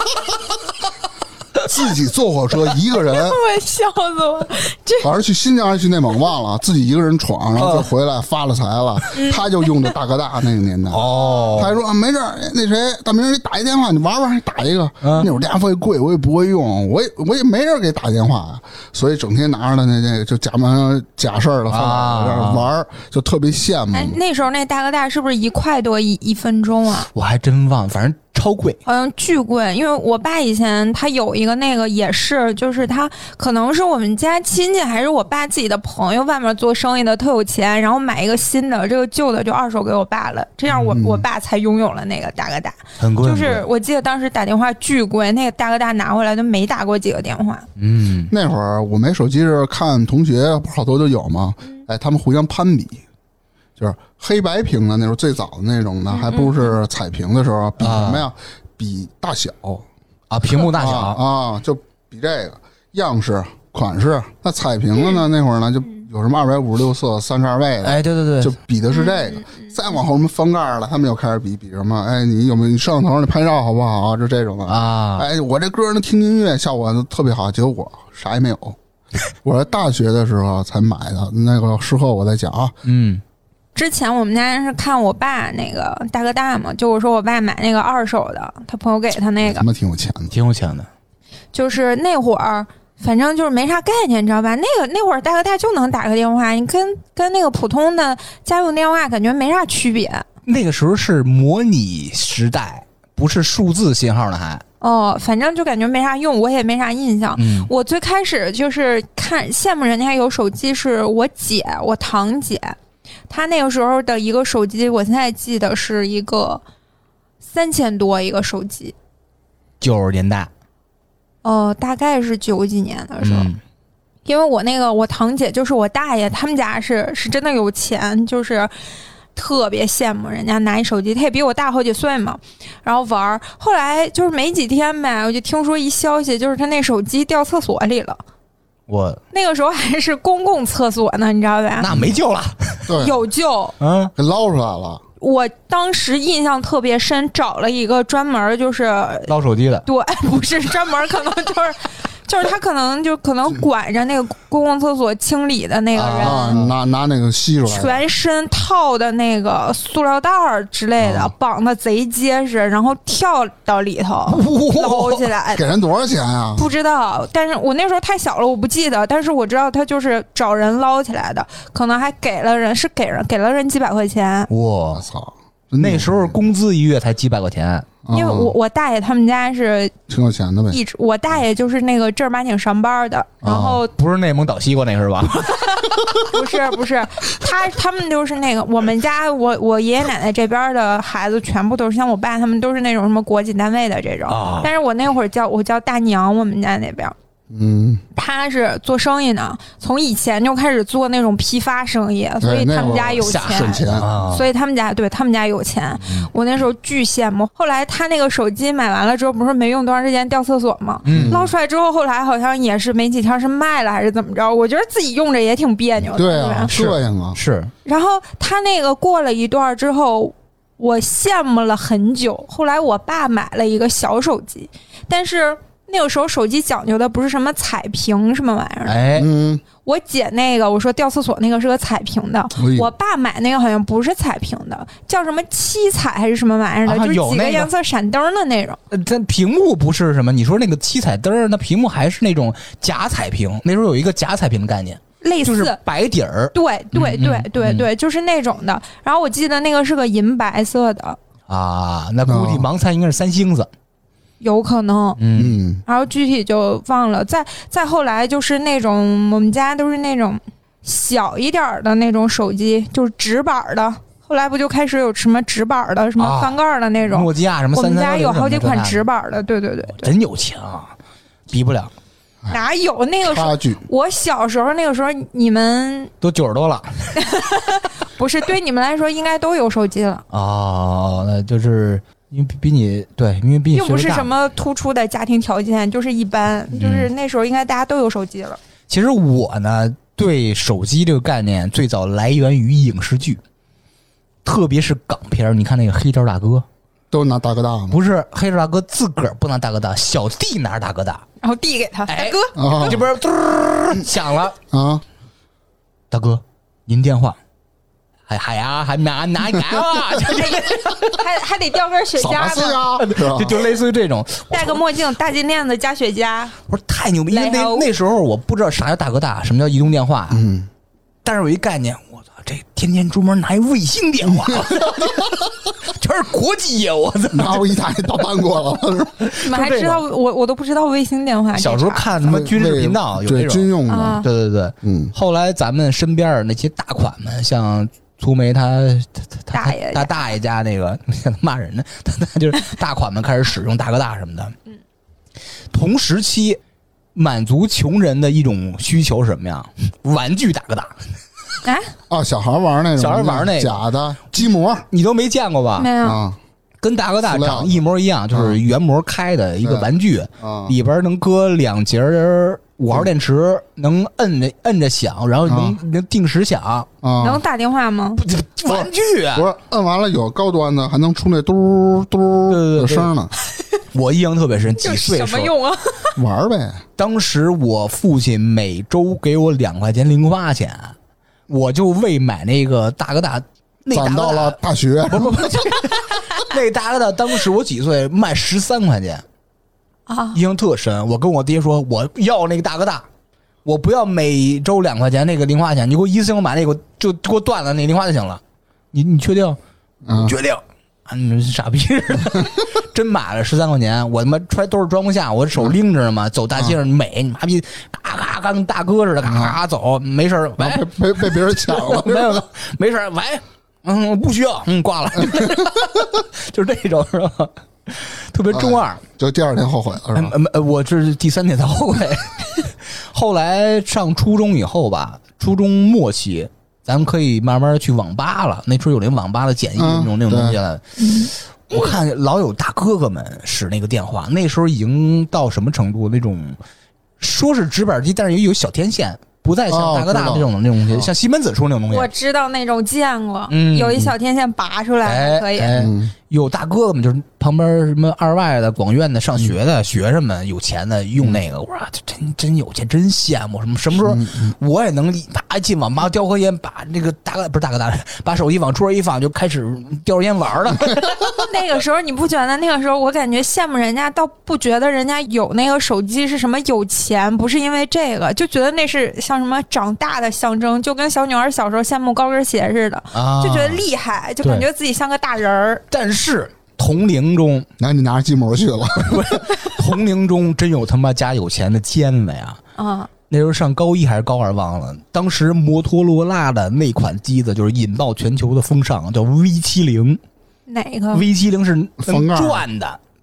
自己坐火车一个人， 我笑死我！这反正去新疆还是去内蒙忘了，自己一个人闯，然后再回来发了财了。嗯、他就用的大哥大那个年代哦， 他还说啊没事，那谁大明你打一电话，你玩玩，打一个。嗯、那会儿电话费贵，我也不会用，我也我也没人给打电话啊，所以整天拿着的那那个就假模假事儿的啊玩，就特别羡慕。 哎，那时候那大哥大是不是一块多一一分钟啊？ 我还真忘，反正。超贵， 好像巨贵，因为我爸以前他有一个那个也是，就是他可能是我们家亲戚还是我爸自己的朋友，外面做生意的特有钱，然后买一个新的，这个旧的就二手给我爸了，这样我、嗯、我爸才拥有了那个大哥大， 很贵。 就是我记得当时打电话巨贵，那个大哥大拿回来都没打过几个电话。 嗯，那会儿我没手机是看同学好多就有嘛，哎，他们互相攀比。就是黑白屏的那种最早的那种的，还不是彩屏的时候，比什么呀？比大小啊，屏幕大小啊, 啊，就比这个样式、款式。那彩屏的呢？那会儿呢，就有什么二百五十六色、三十二位的， 哎，对对对， 就比的是这个。再往后我们翻盖了，他们又开始比比什么？哎，你有没有你摄像头？你拍照好不好？就这种的啊。哎，我这歌能听音乐，效果特别好，结果啥也没有。我在大学的时候才买的，那个事后我再讲啊。 嗯。 之前我们家是看我爸那个大哥大嘛，就我说我爸买那个二手的，他朋友给他那个， 他妈挺有钱的， 挺有钱的。 就是那会儿，反正就是没啥概念，你知道吧？那个那会儿大哥大就能打个电话，你跟跟那个普通的家用电话感觉没啥区别。 那个时候是模拟时代，不是数字信号呢还。 哦，反正就感觉没啥用，我也没啥印象。嗯、我最开始就是看羡慕人家有手机，是我姐，我堂姐。他那个时候的一个手机，我现在记得是一个三千多一个手机， 九十年代， 呃，大概是九几年的时候。嗯、因为我那个我堂姐就是我大爷，他们家是是真的有钱，就是特别羡慕人家拿一手机，他也比我大好几岁嘛，然后玩。后来就是没几天呗，我就听说一消息，就是他那手机掉厕所里了。 我那个时候还是公共厕所呢，你知道吧？ 那没救了， 对， 有救， 嗯，给捞出来了。 我当时印象特别深，找了一个专门就是捞手机的， 对，不是专门，可能就是就是他可能就可能管着那个公共厕所清理的那个人， 啊、拿拿那个吸出来， 全身套的那个塑料袋儿之类的，啊、绑的贼结实，然后跳到里头捞起来， 给人多少钱啊？ 不知道，但是我那时候太小了，我不记得，但是我知道他就是找人捞起来的，可能还给了人，是给人给了人几百块钱。 我操！ 那时候工资一月才几百块钱， 因为我我大爷他们家是挺有钱的呗， 一直我大爷就是那个正儿八经上班的，然后、 哦、不是内蒙倒西瓜那是吧？ 不是不是，他他们就是那个我们家我我爷爷奶奶这边的孩子全部都是像我爸他们都是那种什么国企单位的这种，哦、但是我那会儿叫我叫大娘，我们家那边。 嗯， 他是做生意的，从以前就开始做那种批发生意，所以他们家有钱， 省钱啊， 所以他们家对他们家有钱。我那时候巨羡慕。后来他那个手机买完了之后，不是没用多长时间掉厕所吗？ 嗯， 捞出来之后，后来好像也是没几天是卖了还是怎么着？我觉得自己用着也挺别扭的。 对啊， 是膈应啊。 是。 然后他那个过了一段之后，我羡慕了很久。后来我爸买了一个小手机，但是那个时候手机讲究的不是什么彩屏什么玩意儿的。 哎， 嗯， 我姐那个我说掉厕所那个是个彩屏的， 哎我爸买那个好像不是彩屏的，叫什么七彩还是什么玩意儿的， 啊就是几个有那个颜色闪灯的那种。 呃这屏幕不是什么？你说那个七彩灯儿，那屏幕还是那种假彩屏。那时候有一个假彩屏的概念， 类似就是白底儿。 对对对嗯嗯对对，就是那种的。然后我记得那个是个银白色的， 啊，那估计哦盲猜应该是三星子。 有可能。 嗯， 嗯， 然后具体就忘了。再再后来就是那种我们家都是那种小一点儿的那种手机，就是直板的。后来不就开始有什么直板的、什么啊翻盖的那种？ 诺基亚什么我们三三幺零家有好几款什么直板的，对对对的， 对。 真有钱啊，比不了， 哪有那个时候差？距。 我小时候那个时候，你们都九十多了。 不是对你们来说应该都有手机了， 哦，那就是因为比比你对，因为比你并不是岁数大什么突出的家庭条件，就是一般，就是那时候应该大家都有手机了。 其实我呢，对手机这个概念最早来源于影视剧，特别是港片儿。你看那个黑道大哥， 都拿大哥大吗？ 不是黑道大哥自个儿不拿大哥大，小弟拿着大哥大， 然后递给他， 哎大哥， 啊这边嘟儿响了， 啊！ 大哥，您电话。还还呀，还拿拿拿啊！就这还还得掉根雪啥茄呢， 事啊？是吧就就类似于这种， 戴个墨镜，大金链子加雪茄。 我说太牛逼，因为那来哦那时候我不知道啥叫大哥大，什么叫移动电话， 嗯， 但是有一概念，我操，这天天专门拿一卫星电话，全是国际业务，我操！ 拿我一台到搬过来了，是吧？ 你们还知道我我都不知道卫星电话。 小时候看什么军事频道有对这种， 军用的， 啊， 对对对。 嗯， 后来咱们身边那些大款们，像粗梅他他他大爷他大爷家那个骂人呢，他他就是大款们开始使用大哥大什么的。 嗯， 同时期满足穷人的一种需求是什么呀？玩具大哥大， 啊， 啊，小孩玩那种， 小孩玩那个假的积膜你都没见过吧？ 没有。 啊跟大哥大塑料长一模一样，就是原模开的一个玩具， 啊， 里边能搁两节五号电池，能摁着摁着响，然后能啊能定时响。 啊能，打电话吗？ 不，玩具啊不！是摁完了有高端的，还能出那嘟嘟对对对的声呢， 我印象特别深，几这岁的时候， 什么用啊？ 玩呗。 当时我父亲每周给我两块钱零花钱，我就为买那个大哥大。那大攒到哥大了大学， 不不不，那大哥大当时我几岁卖十三块钱， 啊， 印象特深。我跟我爹说，我要那个大哥大，我不要每周两块钱那个零花钱，你给我一次性买那个，就就给我断了那零花就行了。你你确定？ 嗯决定。啊，你傻逼似的，真买了十三块钱，我他妈揣兜里装不下，我手拎着呢嘛，走大街上美，你妈逼，咔咔咔跟大哥似的，咔咔咔走，没事儿，喂， 然后被被被别人抢了， 没有，没事儿，喂，嗯，不需要，嗯，挂了，就是这种是吧？特别中二， 就第二天后悔了，是吧？ 呃呃，我这是第三天才后悔。后来上初中以后吧，初中末期，咱们可以慢慢去网吧了。那时候有那网吧的简易那种、 嗯、 那种东西了。我看老有大哥哥们使那个电话，那时候已经到什么程度？那种说是直板机，但是也有小天线。不再像大哥大那种的那种东西， 哦、 像西门子出那种东西。 我知道那种见过， 嗯、 有一小天线拔出来哎可以。 哎嗯、 有大哥哥们，就是旁边什么二外的、广院的、上学的、嗯、学生们，有钱的用那个，我说真真有钱，真羡慕。什么什么时候我也能啪进网吧叼颗烟，把那个大哥不是大哥大，把手机往桌上一放，就开始叼着烟玩了。 那个时候你不觉得？那个时候我感觉羡慕人家，倒不觉得人家有那个手机是什么有钱，不是因为这个，就觉得那是像什么长大的象征，就跟小女孩小时候羡慕高跟鞋似的， 啊、 就觉得厉害，就感觉自己像个大人儿。 但是同龄中， 那你拿着鸡毛去了。 同龄中真有他妈家有钱的尖子呀！ 啊， 那时候上高一还是高二忘了，当时摩托罗拉的那款机子就是引爆全球的风尚，叫 V 七零。 哪个 V 七零是能转的。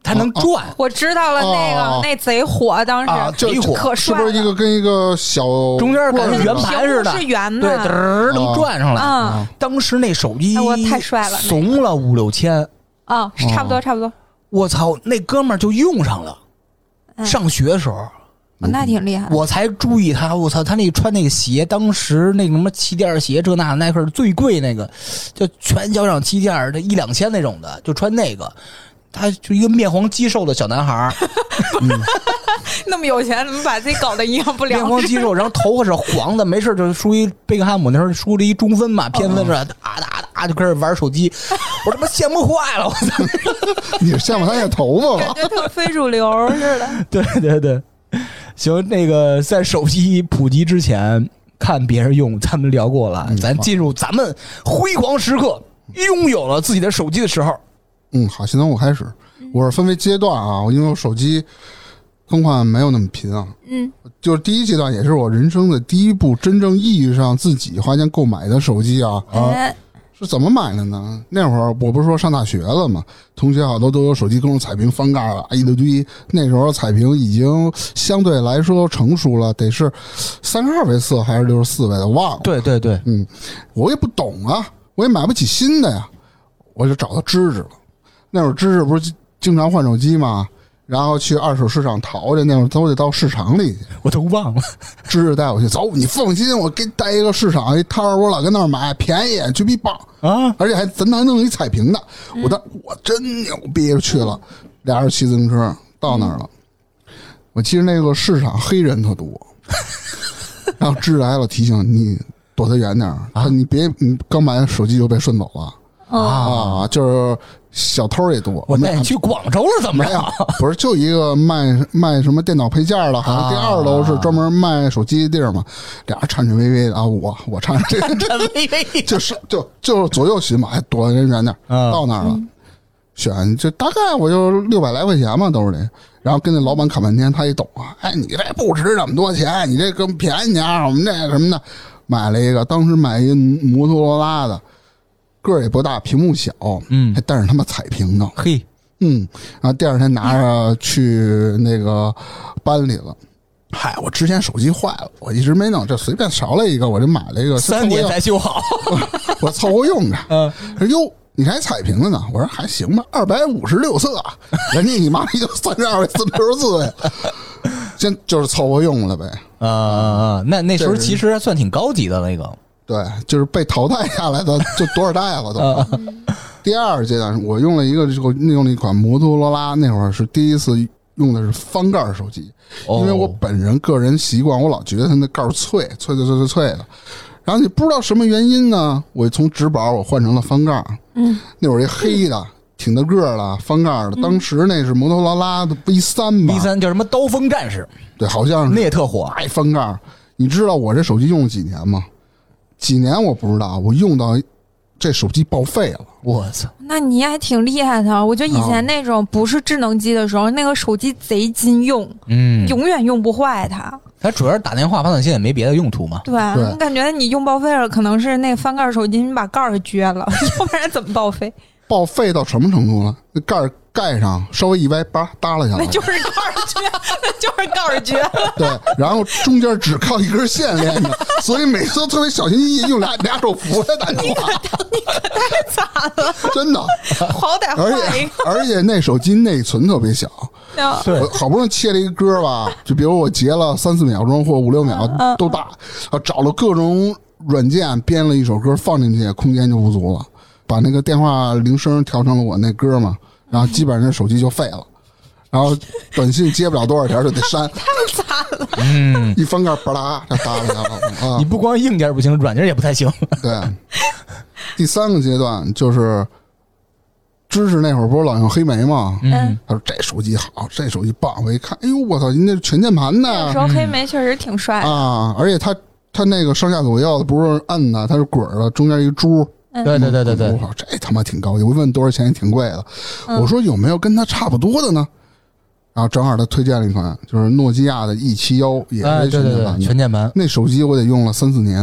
它能转。 我知道了，那个、 哦、 那贼火，当时、 啊、贼火， 可帅了， 是不是一个跟一个小中间跟圆盘似的， 是圆的， 对，嘚儿能转上来。 啊、 当时那手机， 哎、我太帅了， 怂了五六千啊、哦，差不多差不多。 我操，那哥们儿就用上了，嗯、上学的时候。 哦、那挺厉害， 我才注意他。我操，他那穿那个鞋，当时那个什么气垫鞋，这那耐克最贵那个，就全脚掌气垫，这一两千那种的，就穿那个。他就一个面黄肌瘦的小男孩， 嗯、那么有钱，怎么把自己搞得营养不良？ 面黄肌瘦，然后头发是黄的，没事就输一贝克汉姆那时候输了一中分嘛，偏分是吧？哒哒哒就开始玩手机，我他妈羡慕坏了！我操， 你是羡慕他那头发吧？ 感觉特非主流似的。 对对对。行，那个在手机普及之前看别人用，咱们聊过了，嗯、咱进入咱们辉煌时刻，拥有了自己的手机的时候。 嗯，好，现在我开始，我是分为阶段啊，因为我手机更换没有那么频啊。 嗯， 就是第一阶段，也是我人生的第一部真正意义上自己花钱购买的手机啊。 哎、 啊是怎么买的呢？那会儿我不是说上大学了吗？同学好多都有手机，各种彩屏翻盖了一大堆。那时候彩屏已经相对来说成熟了，得是三十二位色还是六十四位的，忘了。 对对对， 嗯，我也不懂啊，我也买不起新的呀，我就找到芝芝了。那会儿芝芝不是经常换手机吗？然后去二手市场淘去，那会儿都得到市场里去， 我都忘了。 芝芝带我去，走，你放心，我给你带一个市场一摊儿，我老跟那儿买，便宜，绝逼棒啊！ 而且还咱能弄一彩屏的，我当我真牛逼，去了，俩人骑自行车到那儿了。我记得那个市场黑人特多，然后芝芝来了提醒你躲他远点啊，你别你刚买手机就被顺走了。啊，就是小偷也多。 我带你去广州了，怎么着？ 不是，就一个卖卖什么电脑配件的，好像第二楼是专门卖手机的地儿嘛。俩人颤颤巍巍的啊，我我颤颤巍巍， 就是就就左右寻嘛，还躲人远点，到那儿了，选就大概我就六百来块钱嘛，兜里。然后跟那老板侃半天，他一懂啊，哎，你这不值这么多钱，你这更便宜点，我们这个什么的，买了一个，当时买一摩托罗拉的。个儿也不大，屏幕小， 嗯， 还带着他妈彩屏呢， 嘿， 嗯，然后第二天拿着去那个班里了。嗨，我之前手机坏了，我一直没弄，这随便少了一个，我就买了一个， 三年才修好， 我, 我凑合用着。嗯，说哟，你还彩屏的呢？我说还行吧，二百五十六色，人家你妈逼就三十二位、四六十四位，先就是凑合用了呗。 啊啊啊！那那时候其实算挺高级的那个。 对，就是被淘汰下来的，就多少代了都。第二阶段，我用了一个这个用了一款摩托罗拉，那会儿是第一次用的是翻盖手机，因为我本人个人习惯，我老觉得它那盖脆，脆脆脆脆脆的。然后你不知道什么原因呢，我从直板我换成了翻盖。嗯，那会儿一黑的，挺大个了，翻盖的。当时那是摩托罗拉的 V 三吧 ，V 三叫什么刀锋战士？ 对，好像是那也特火。 哎，翻盖，你知道我这手机用了几年吗？几年我不知道，我用到这手机报废了。 我操！ 那你还挺厉害的。我觉得以前那种不是智能机的时候，哦、那个手机贼经用，嗯，永远用不坏它。 它主要是打电话、发短信，也没别的用途嘛。 对，我感觉你用报废了，可能是那个翻盖手机你把盖儿给撅了，要不然怎么报废？ 报废到什么程度了？那盖儿盖上稍微一歪，叭耷拉下来， 那就是盖儿撅，那就是盖儿撅。 对，然后中间只靠一根线连着，所以每次都特别小心翼翼，用俩俩手扶着打电话。 你可你可太惨了， 真的。 好歹换一个。 而且而且那手机内存特别小， 对， 我好不容易切了一个歌吧，就比如我截了三四秒钟或五六秒都大，啊，找了各种软件编了一首歌放进去，空间就不足了。把那个电话铃声调成了我那歌嘛，然后基本上手机就废了，然后短信接不了多少条就得删， 太惨了。 嗯， 一翻盖吧啦，这耷拉下来了啊！ 你不光硬件不行，软件也不太行。 对，第三个阶段就是知识那会儿不是老用黑莓吗？嗯，他说这手机好，这手机棒。我一看，哎呦我操，人家全键盘的。 那时候黑莓确实挺帅的啊，而且它它那个上下左右的不是摁的，它是滚的，中间一珠。 对对对对对， 我靠，这他妈挺高级！我问多少钱也挺贵的。我说有没有跟它差不多的呢？然后正好他推荐了一款，就是诺基亚的 E 七十一，也是全键盘。 全键盘那手机我得用了三四年，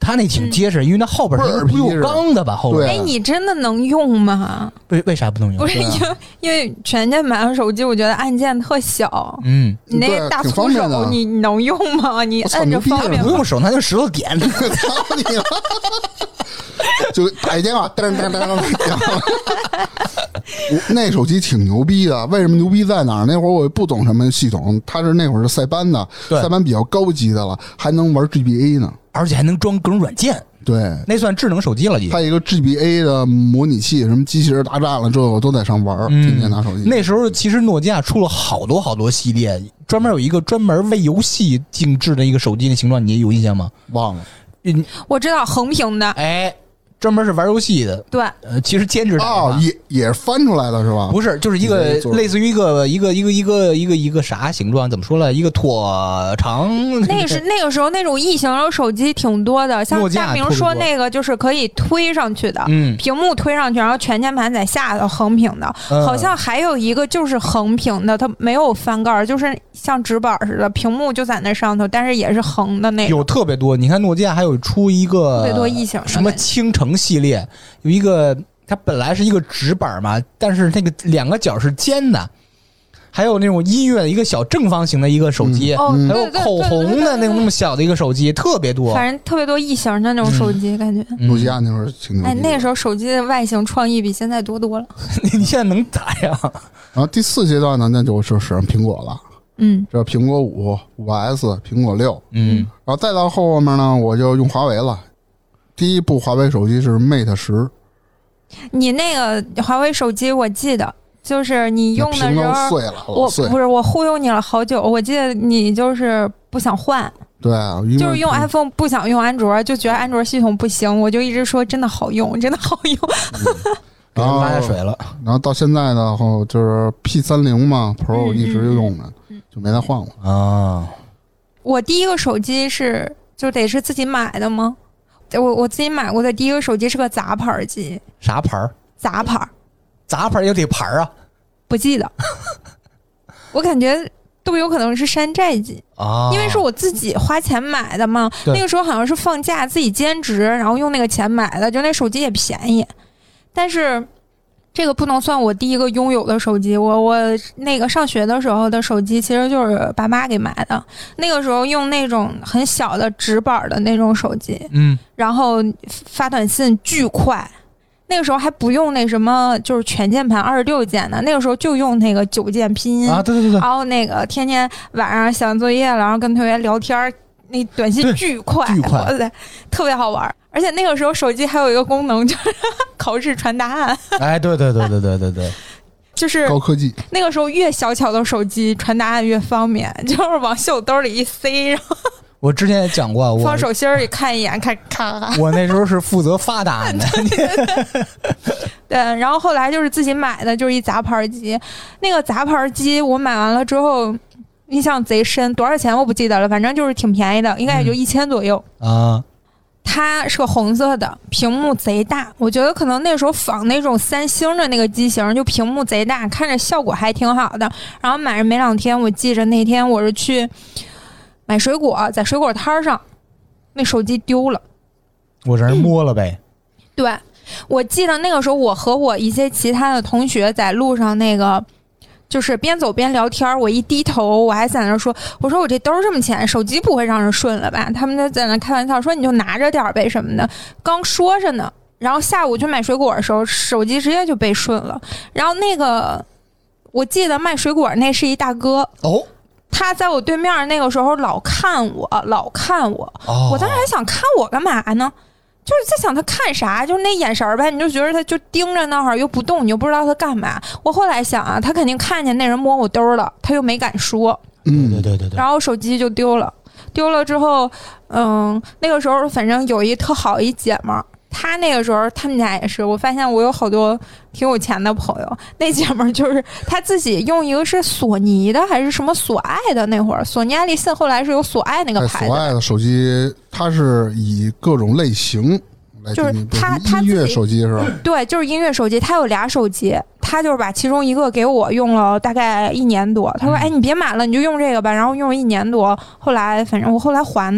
它那挺结实，因为它后边是一个不锈钢的吧？后边。 哎，你真的能用吗？ 为为啥不能用？ 不是因为因为全键盘手机，我觉得按键特小。 嗯， 你那大粗手，你能用吗？你按着方便吗？ 不用手，那就石头点。 操你了！就打一电话，噔噔噔噔噔。那手机挺牛逼的，为什么牛逼在哪儿？那会儿我也不懂什么系统，它是那会儿是塞班的，塞班比较高级的了，还能玩 G B A 呢， 而且还能装各种软件。 对， 那算智能手机了。 它一个 G B A 的模拟器，什么机器人大战了，这我都在上玩。 嗯、 天天拿手机。 那时候其实诺基亚出了好多好多系列，专门有一个专门为游戏定制的一个手机的形状，你有印象吗？ 忘了。 嗯， 我知道横屏的。 哎。专门是玩游戏的， 对， 呃，其实兼职哦，也也是翻出来的是吧？ 不是，就是一个类似于一个一个一个一个一个一个啥形状？怎么说呢？一个椭长。 那个是那个时候那种异形的手机挺多的，像大明说那个就是可以推上去的， 嗯， 屏幕推上去，然后全键盘在下头横屏的， 嗯、 好像还有一个就是横屏的，它没有翻盖，就是像纸板似的，屏幕就在那上头，但是也是横的那种。 有特别多，你看诺基亚还有出一个特别多异形， 什么倾城系列，有一个它本来是一个直板嘛，但是那个两个角是尖的。还有那种音乐的一个小正方形的一个手机， 嗯、 还有口红的那种那么小的一个手机，特别多。 反正特别多异形的那种手机，嗯、感觉。 诺基亚那会儿挺牛逼。 哎，那时候手机的外形创意比现在多多了。 你现在能咋样？ 然后第四阶段呢，那就是使上苹果了。 嗯， 这苹果五、五 S、苹果六， 嗯， 然后再到后面呢，我就用华为了。第一部华为手机是 Mate 十。 你那个华为手机，我记得。就是你用的时候， 碎了我不是我忽悠你了好久。我记得你就是不想换， 对， 就是用 iPhone 不想用安卓，就觉得安卓系统不行，我就一直说真的好用，真的好用。 嗯、 然后拉下水了， 然后到现在的后就是 P 三十 嘛 Pro 一直就用着，嗯、就没再换过啊。 我第一个手机是就得是自己买的吗？我我自己买过的第一个手机是个杂牌机， 啥牌？ 杂牌。 杂牌也得牌啊， 不记得，我感觉都有可能是山寨机啊， 因为是我自己花钱买的嘛。那个时候好像是放假自己兼职，然后用那个钱买的，就那手机也便宜。但是这个不能算我第一个拥有的手机，我我那个上学的时候的手机其实就是爸妈给买的。那个时候用那种很小的直板的那种手机， 嗯， 然后发短信巨快。那个时候还不用那什么，就是全键盘二十六键的，那个时候就用那个九键拼音啊，对对对。 然后那个天天晚上写完作业了，然后跟同学聊天，那短信巨快， 巨快， 哇塞，特别好玩。而且那个时候手机还有一个功能，就是考试传答案。 哎，对对对对对对对， 就是高科技。 那个时候越小巧的手机传答案越方便，就是往袖兜里一塞，然后。 我之前也讲过，我放手心里看一眼，看看。 我那时候是负责发答案的。 对，然后后来就是自己买的，就是一杂牌机。那个杂牌机我买完了之后，印象贼深，多少钱我不记得了，反正就是挺便宜的，应该也就一千左右、 嗯、啊。 它是个红色的，屏幕贼大，我觉得可能那时候仿那种三星的那个机型，就屏幕贼大，看着效果还挺好的。然后买着没两天，我记着那天我是去。买水果，在水果摊上，那手机丢了， 我让人摸了呗、 嗯。对，我记得那个时候，我和我一些其他的同学在路上，那个就是边走边聊天。我一低头，我还在那说：“我说我这兜这么浅，手机不会让人顺了吧？”他们就在那开玩笑说：“你就拿着点呗什么的。”刚说着呢，然后下午去买水果的时候，手机直接就被顺了。然后那个，我记得卖水果那是一大哥哦。 他在我对面那个时候老看我，老看我， 哦、 我当时还想看我干嘛呢？就是在想他看啥，就是那眼神呗，你就觉得他就盯着那儿又不动，你又不知道他干嘛。我后来想啊，他肯定看见那人摸我兜了，他又没敢说。 嗯，对对对对。 然后手机就丢了，丢了之后，嗯，那个时候反正有一特好一姐们儿。他那个时候他们家也是，我发现我有好多挺有钱的朋友。那姐们儿就是他自己用一个是索尼的还是什么索爱的，那会儿索尼爱立信后来是有索爱那个牌子。 索爱的手机它是以各种类型来就是他他音乐手机是吧？ 对，就是音乐手机。他有俩手机，他就是把其中一个给我用了大概一年多。他说：“哎，你别买了，你就用这个吧。”然后用了一年多，后来反正我后来还他了。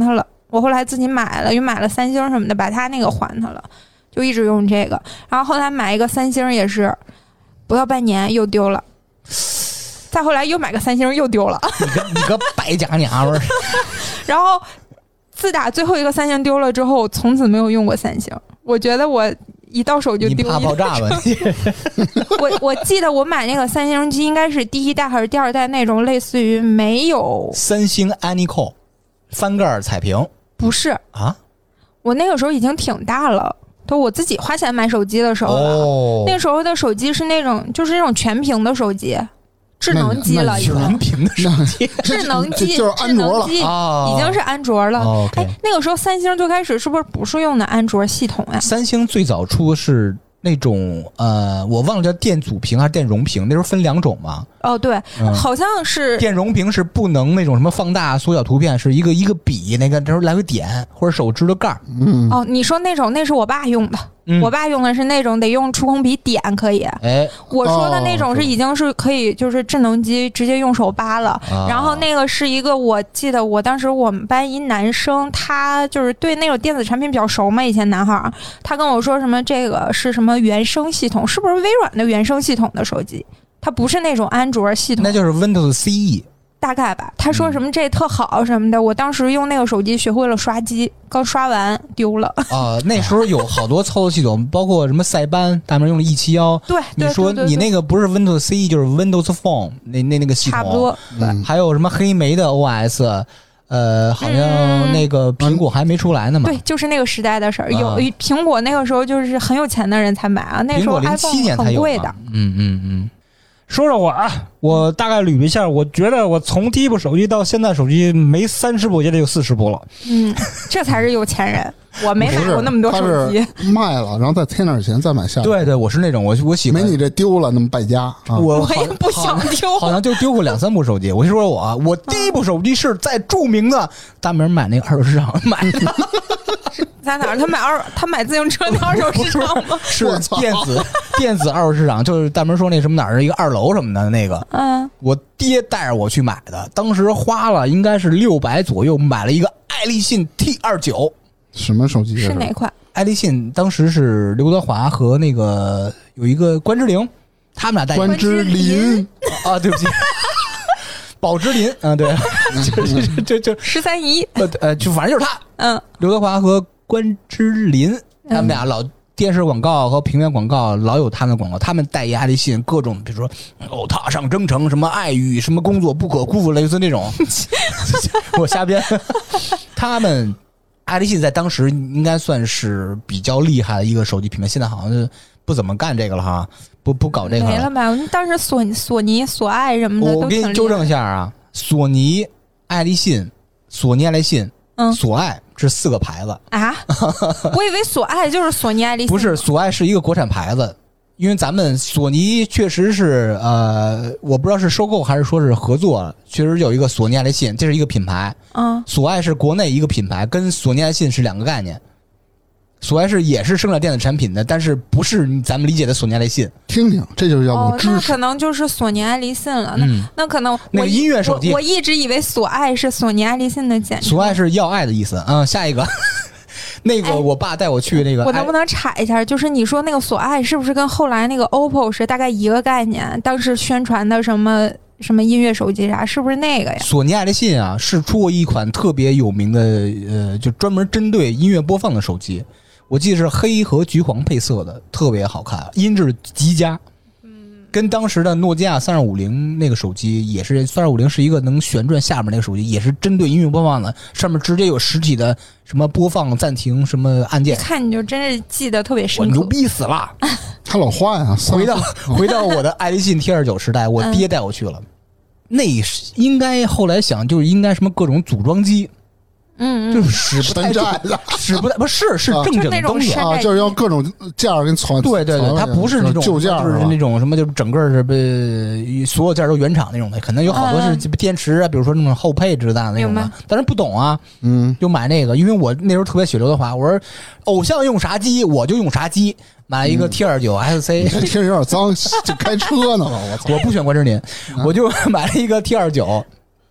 我后来自己买了，又买了三星什么的，把他那个还他了，就一直用这个。然后后来买一个三星也是不到半年又丢了，再后来又买个三星又丢了。 你个你个败家娘们儿！ 然后自打最后一个三星丢了之后，从此没有用过三星。我觉得我一到手就丢。 你怕爆炸吧？ 我我记得我买那个三星机应该是第一代还是第二代那种，类似于没有三星 Anyco 翻盖彩屏。 不是啊， 我那个时候已经挺大了，都我自己花钱买手机的时候了。 哦， 那时候的手机是那种就是那种全屏的手机，智能机了，已经全屏的手机， 智能机就是安卓了啊， 已经是安卓了。 哦 okay、 哎，那个时候三星最开始是不是不是用的安卓系统呀？ 三星最早出的是那种呃，我忘了叫电阻屏还是电容屏，那时候分两种嘛。 哦，对，嗯、好像是电容屏是不能那种什么放大、缩小图片，是一个一个笔那个时候来回点或者手指头盖。 嗯， 哦，你说那种那是我爸用的。 嗯、 我爸用的是那种得用触控笔点可以， 哎， 我说的那种是已经是可以就是智能机直接用手扒了， 哦、 然后那个是一个我记得我当时我们班一男生，他就是对那种电子产品比较熟嘛，以前男孩，他跟我说什么这个是什么原生系统，是不是微软的原生系统的手机？它不是那种安卓系统， 那就是 Windows C E。 大概吧，他说什么这特好什么的，嗯、我当时用那个手机学会了刷机，刚刷完丢了。 啊、呃，那时候有好多操作系统，包括什么塞班，大面用了 E 七幺。 对， 你说你那个不是 Windows C E 就是 Windows Phone 那那那个系统， 差不多。 对，嗯、还有什么黑莓的 O S， 呃，好像那个苹果还没出来呢嘛。 嗯、对，就是那个时代的事儿。有苹果那个时候就是很有钱的人才买啊，那时候 iPhone 很贵的。 嗯嗯嗯。 说说我啊，我大概捋一下，我觉得我从第一部手机到现在手机没三十部，也得有四十部了。 嗯，这才是有钱人。我没买过那么多手机， 卖了，然后再添点钱再买下。 对对，我是那种我我喜欢。 没你这丢了那么败家。啊、 我我也不想丢， 好像就丢过两三部手机。我就说我，我第一部手机是在著名的大明买那个二手市场买的。 在哪儿？他买二，他买自行车的二手市场吗？ 是电子电子二手市场，就是大明说那什么哪儿一个二楼什么的那个。 嗯， 我爹带着我去买的，当时花了应该是六百左右，买了一个爱立信 T 二九。 什么手机？ 是哪款？ 爱立信当时是刘德华和那个有一个关之琳，他们俩带关之琳啊，对不起。宝芝林啊，对，就就就就十三姨， 呃呃，就反正就是他， 嗯， 刘德华和关之琳，他们俩老电视广告和平面广告老有他们的广告，他们代言爱立信各种，比如说哦，踏上征程，什么爱与什么工作不可辜负，类似那种，我瞎编。他们爱立信在当时应该算是比较厉害的一个手机品牌，现在好像是不怎么干这个了哈。不不搞这个了， 没了吧？当时索索尼、索爱什么的， 我给你纠正一下啊，索尼、爱立信、索尼爱立信、嗯，索爱这四个牌子啊。我以为索爱就是索尼爱立信， 不是，索爱是一个国产牌子，因为咱们索尼确实是呃，我不知道是收购还是说是合作，确实有一个索尼爱立信，这是一个品牌。 嗯， 索爱是国内一个品牌，跟索尼爱立信是两个概念。索爱是也是生产电子产品的，但是不是咱们理解的索尼爱立信。 听听，这就是要有知识。哦，那可能就是索尼爱立信了。那、嗯、那可能那个音乐手机， 我, 我一直以为索爱是索尼爱立信的简称。 索爱是要爱的意思。嗯，下一个，那个我爸带我去那个、哎， 我能不能查一下？就是你说那个索爱是不是跟后来那个 O P P O 是大概一个概念？当时宣传的什么？什么音乐手机啥，是不是那个呀？ 索尼爱立信啊，是出过一款特别有名的，呃，就专门针对音乐播放的手机。我记得是黑和橘黄配色的，特别好看，音质极佳。嗯，跟当时的诺基亚三二五零那个手机也是，三二五零是一个能旋转下面那个手机，也是针对音乐播放的，上面直接有实体的什么播放、暂停什么按键。 一看你就真是记得特别深刻。 我牛逼死了！ 他老换啊！ 回到回到我的爱立信 T 二九时代，我爹带我去了。嗯，那应该后来想就是应该什么各种组装机。嗯，就是使不太正，使不太不是是正经的东西啊，就是用各种件儿给你传。 对对对，它不是那种旧件儿， 就是那种什么，就是整个是被所有件儿都原厂那种的，可能有好多是电池啊，比如说那种后配置的那种的，但是不懂啊，嗯，就买那个，因为我那时候特别喜刘德华，我说偶像用啥机我就用啥机，买了一个 T 二九 S C， 听着有点脏，就开车呢吧，我操！ 我不选关之琳，我就买了一个 T 二九。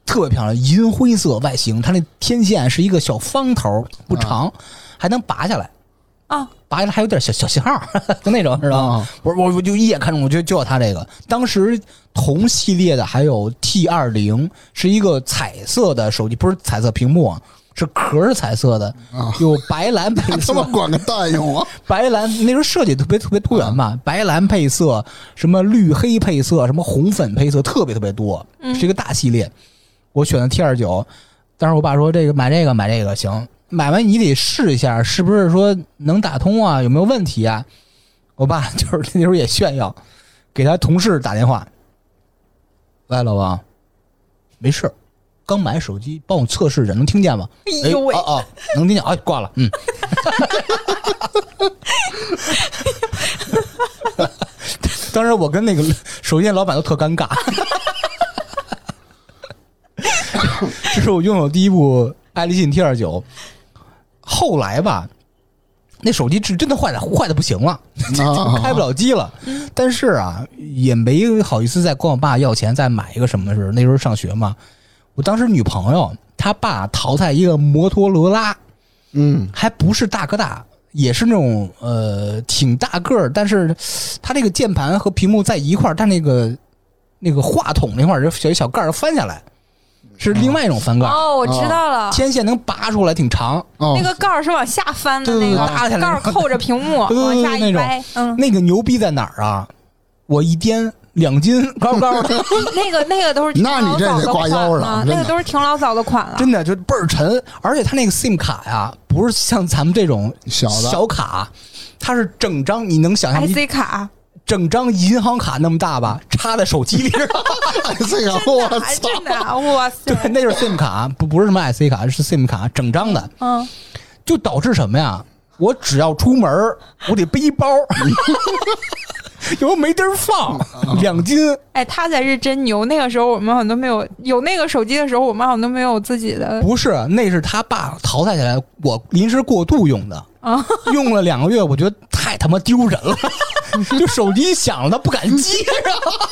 特别漂亮，银灰色外形，它那天线是一个小方头，不长，啊、还能拔下来啊， 拔下来还有点小小信号，就那种，知道吗？我我我就一眼看中，我觉得就要它这个。当时同系列的还有 T 二十，是一个彩色的手机，不是彩色屏幕啊。是壳是彩色的，有白蓝配色， 他妈管个蛋用啊！ 白蓝那时候设计特别特别多元吧，啊、白蓝配色，什么绿黑配色，什么红粉配色，特别特别多，是一个大系列。我选的 T 二十九，当时我爸说这个买这个买这个行，买完你得试一下，是不是说能打通啊？有没有问题啊？我爸就是那时候也炫耀，给他同事打电话，喂，老王，没事。刚买手机，帮我测试着，能听见吗？ 哎呦喂！ 哦、哎、哦，能听见，哎，挂了，嗯。当时我跟那个手机店老板都特尴尬。这是我拥有第一部爱立信 T 二十九，后来吧，那手机是真的坏的，坏的不行了，开不了机了。但是啊，也没好意思再管我爸要钱，再买一个什么似的。那时候上学嘛。我当时女朋友她爸淘汰一个摩托罗拉， 嗯， 还不是大哥大，也是那种呃挺大个儿，但是它这个键盘和屏幕在一块儿，但那个那个话筒那块儿小小盖儿翻下来，是另外一种翻盖。 哦，我知道了， 天线能拔出来，挺长。 哦、那个盖儿是往下翻的那个， 对对对， 盖儿扣着屏幕往下一掰。嗯， 那个牛逼在哪儿啊？我一颠。两斤高高的， 那个那个都是挺那你这得挂腰上， 那个都是挺老早的款了， 真的就倍儿沉，而且它那个 SIM 卡呀，不是像咱们这种小的小卡，它是整张，你能想象 I C 卡， 整张银行卡那么大吧，插在手机里。 I C 卡，我操， 真的，哇塞！ 对，那就是 SIM 卡，不不是什么 I C 卡，是 SIM 卡，整张的。 嗯， 就导致什么呀？我只要出门，我得背一包。有时候没地儿放，两斤。 哎，他才是真牛。那个时候我们好像都没有有那个手机的时候，我们好像都没有自己的。 不是，那是他爸淘汰下来，我临时过渡用的。啊，用了两个月，我觉得太他妈丢人了。就手机响了，他不敢接啊。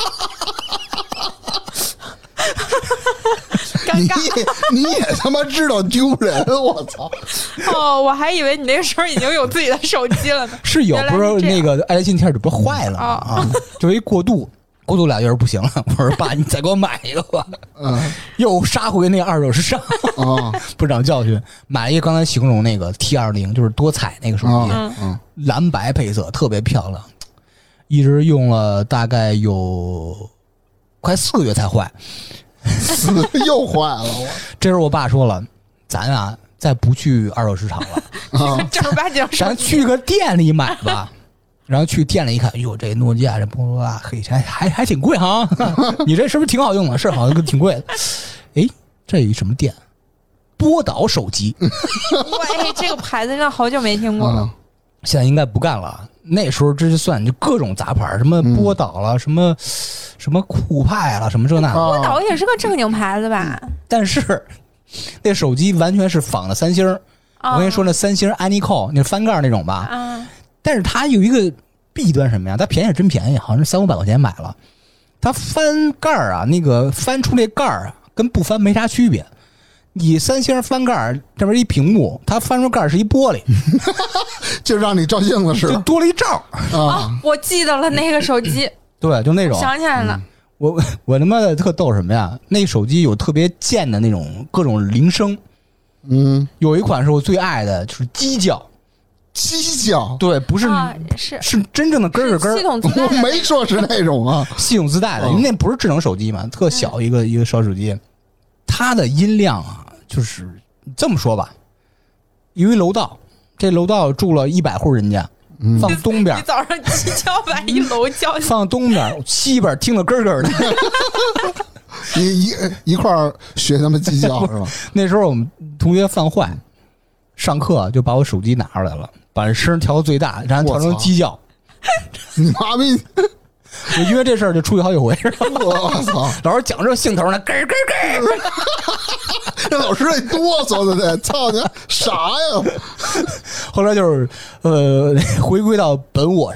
你也你也他妈知道丢人，我操！ 哦，我还以为你那个时候已经有自己的手机了呢。 是有，不是那个爱立信 T 二十九不是坏了吗？啊，就一过渡，过渡俩月不行了。我说爸，你再给我买一个吧。嗯，又杀回那个二手市场。啊，不长教训，买了一个刚才形容那个 T 二十，就是多彩那个手机，嗯，蓝白配色特别漂亮，一直用了大概有快四个月才坏。 又坏了，我这时候我爸说了，咱啊再不去二手市场了， 啊、正儿八经， 咱去个店里买吧。然后去店里一看，哟，这诺基亚这摩托罗拉，嘿，还还还挺贵哈。你这是不是挺好用的？是好像挺贵的。哎，这一什么店？波导手机。 喂，这个牌子真的好久没听过了。 嗯、现在应该不干了。那时候这就算就各种杂牌，什么波导了，嗯、什么什么酷派了，什么这那的。 波导也是个正经牌子吧？ 但是那手机完全是仿的三星。哦、我跟你说，那三星 Anycall 那翻盖那种吧。 啊。 但是它有一个弊端什么呀？它便宜真便宜，好像是三五百块钱买了。它翻盖啊，那个翻出那盖啊，跟不翻没啥区别。你三星翻盖这边一屏幕，它翻出盖是一玻璃， 就让你照镜子似的， 就多了一罩啊、哦！我记得了那个手机， 对，就那种。 想起来了， 嗯、我我他妈的特逗什么呀？那手机有特别贱的那种各种铃声， 嗯， 有一款是我最爱的，就是鸡叫。 鸡叫， 对，不是、 啊、是是真正的咯咯咯。 系统自带的， 我没说是那种啊， 系统自带的，因为那不是智能手机嘛，特小一个、嗯、一个小手机，它的音量啊，就是这么说吧，有一楼道，这楼道住了一百户人家，嗯、放东边， 你早上鸡叫把一楼叫， 放东边，西边听得咯咯的。 一一一块儿学他们鸡叫是吧？ 那时候我们同学犯坏，上课就把我手机拿出来了。把声调到最大，然后调成鸡叫。 你妈逼！ 我因为这事儿就出去好几回。 我操！ 老师讲这兴头呢，咯咯咯。 这老师这哆嗦的得，操你啥呀？ 后来就是呃，回归到本我上，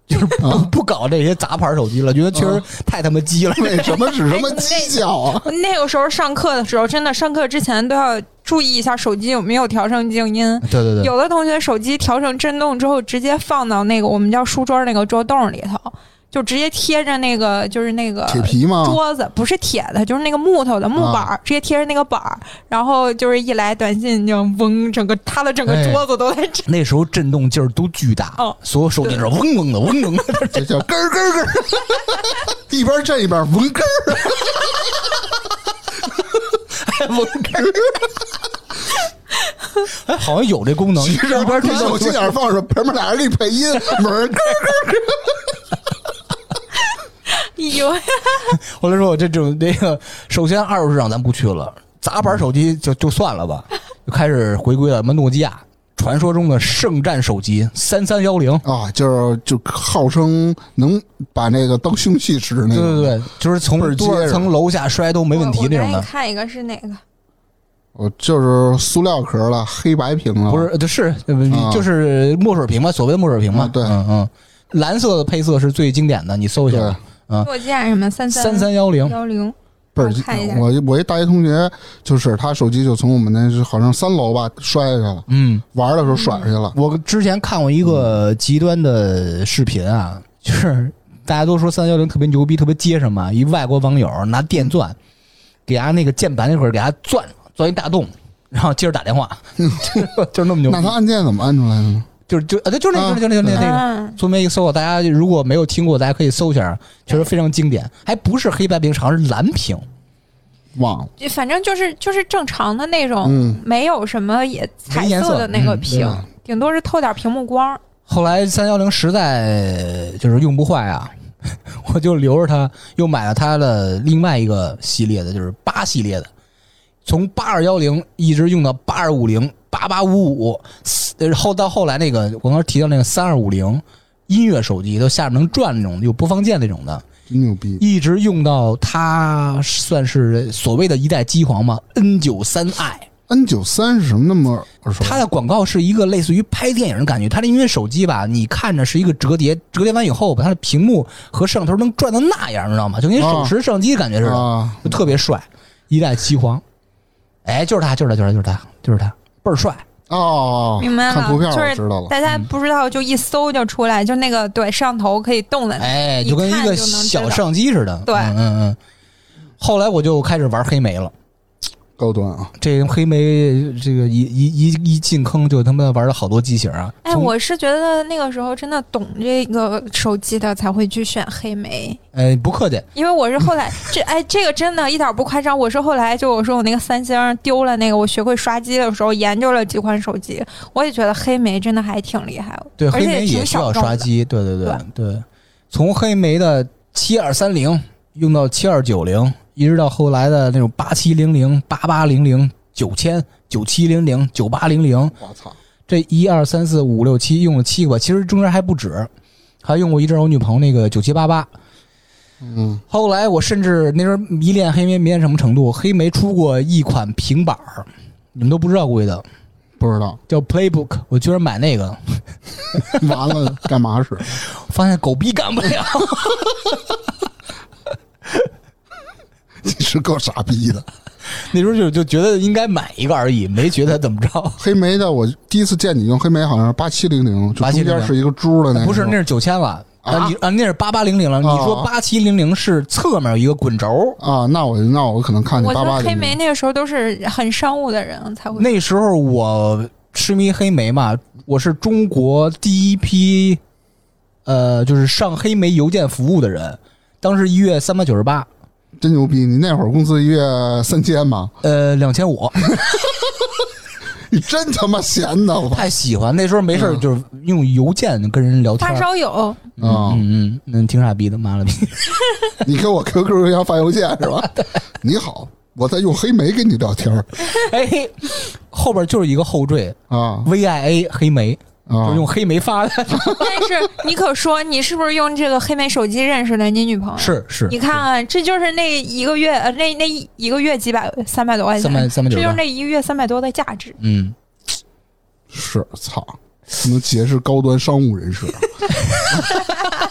就是不、啊、不搞这些杂牌手机了，觉得确实太他妈鸡了。 为什么是什么鸡叫啊？ 那个时候上课的时候，真的上课之前都要注意一下手机有没有调成静音。 对对对， 有的同学手机调成震动之后，直接放到那个我们叫书桌那个桌洞里头。就直接贴着那个，就是那个铁皮吗？ 桌子不是铁的，就是那个木头的木板、啊、直接贴着那个板儿，然后就是一来短信就嗡，整个它的整个桌子都在震、 哎。那时候震动劲儿都巨大，哦、所有手机是嗡嗡的，嗡嗡的， 这叫咯咯咯，一边震一边嗡咯， 还嗡咯。哎，好像有这功能。 其实一边手机眼放着，旁边俩人给配音，门咯咯咯。 有呀， 后来说我这种那个，首先二手市场咱不去了，杂牌手机就就算了吧，就开始回归了什么诺基亚，传说中的圣战手机三三一零啊，就是就号称能把那个当凶器使那个， 对对对，就是从多少层楼下摔都没问题那种的。 我看一个是哪个？ 我就是塑料壳了，黑白屏了， 不是，是就是墨水屏嘛，所谓的墨水屏嘛， 啊、对， 嗯嗯，蓝色的配色是最经典的，你搜一下。 诺基亚什么三三三三幺零幺零， 倍儿我我一大学同学就是他手机就从我们那好像三楼吧摔下去了，嗯，玩的时候甩下去了。 我之前看过一个极端的视频啊，就是大家都说三幺零特别牛逼，特别结实嘛，一外国网友拿电钻给他那个键盘那会儿给他钻钻一大洞，然后接着打电话，就那么牛逼。 那他按键怎么按出来的呢？ 就是就啊，就那个，就那个，就那个，那个，从那一搜，大家如果没有听过，大家可以搜一下，确实非常经典。还不是黑白屏，好像是蓝屏， 忘了。 反正就是就是正常的那种，嗯、没有什么也彩色的那个屏，嗯、顶多是透点屏幕光。 后来三幺零实在就是用不坏啊，我就留着它，又买了它的另外一个系列的，就是八系列的，从八二幺零一直用到八二五零。八八五五，后到后来那个我刚才提到那个三二五零音乐手机，都下面能转那种有播放键那种的， 真牛逼！ 一直用到它算是所谓的一代机皇嘛 ，N 九三 i。N 九三 是什么那么耳熟？ 它的广告是一个类似于拍电影的感觉，它的音乐手机吧，你看着是一个折叠，折叠完以后，把它的屏幕和摄像头能转到那样，你知道吗？就跟手持摄像机感觉似的，啊、就特别帅。一代机皇，哎，就是它，就是它，就是它，就是它，就是它。倍儿帅哦， 明白了， 看图片我知道了。 大家不知道就一搜就出来，就那个对摄像头可以动的， 哎，就跟一个小摄像机似的。 对， 嗯嗯嗯。后来我就开始玩黑莓了， 高端啊！ 这黑莓这个一一一一进坑就他妈玩了好多机型啊！ 哎，我是觉得那个时候真的懂这个手机的才会去选黑莓。 哎，不客气， 因为我是后来这哎这个真的一点不夸张，我是后来就我说我那个三星丢了那个，我学会刷机的时候研究了几款手机，我也觉得黑莓真的还挺厉害， 对， 而且黑莓也需要刷机，对对对 对, 对，从黑莓的七二三零用到七二九零，一直到后来的那种八七零零、八八零零、九千、九七零零、九八零零， 我操！ 这一二三四五六七用了七个，其实中间还不止，还用过一阵我女朋友那个九七八八。嗯，后来我甚至那时候迷恋黑莓迷恋什么程度？黑莓出过一款平板，你们都不知道估计的， 不知道叫 Playbook， 我居然买那个， 完了干嘛使？ 发现狗逼干不了。 你是够傻逼的， 那时候就就觉得应该买一个而已，没觉得怎么着。 黑莓的，我第一次见你用黑莓好像是八七零零，就中间是一个珠的那个， 不是，那是九千了啊！你啊，那是八八零零了。你说八七零零是侧面有一个滚轴啊？那我那我可能看见八八零零。 黑莓那个时候都是很商务的人才会。 那时候我痴迷黑莓嘛，我是中国第一批呃，就是上黑莓邮件服务的人，当时一月三百九十八。 真牛逼！你那会儿工资一月三千吗？ 呃，两千五。 你真他妈闲的！我太喜欢那时候没事、嗯、就是用邮件跟人聊天。 发烧友。 嗯嗯嗯，挺傻逼的，妈了逼！ 你给我 Q Q 上发邮件是吧？你好，我在用黑莓跟你聊天。 哎，后边就是一个后缀啊 ，V I A 黑莓。就是用黑莓发的， 但是你可说你是不是用这个黑莓手机认识的你女朋友？ 是是， 你看看，这就是那一个月，呃，那那一个月几百三百多块钱， 三百三百九， 这就是那一个月三百多的价值。 嗯， 是操，能结识高端商务人士。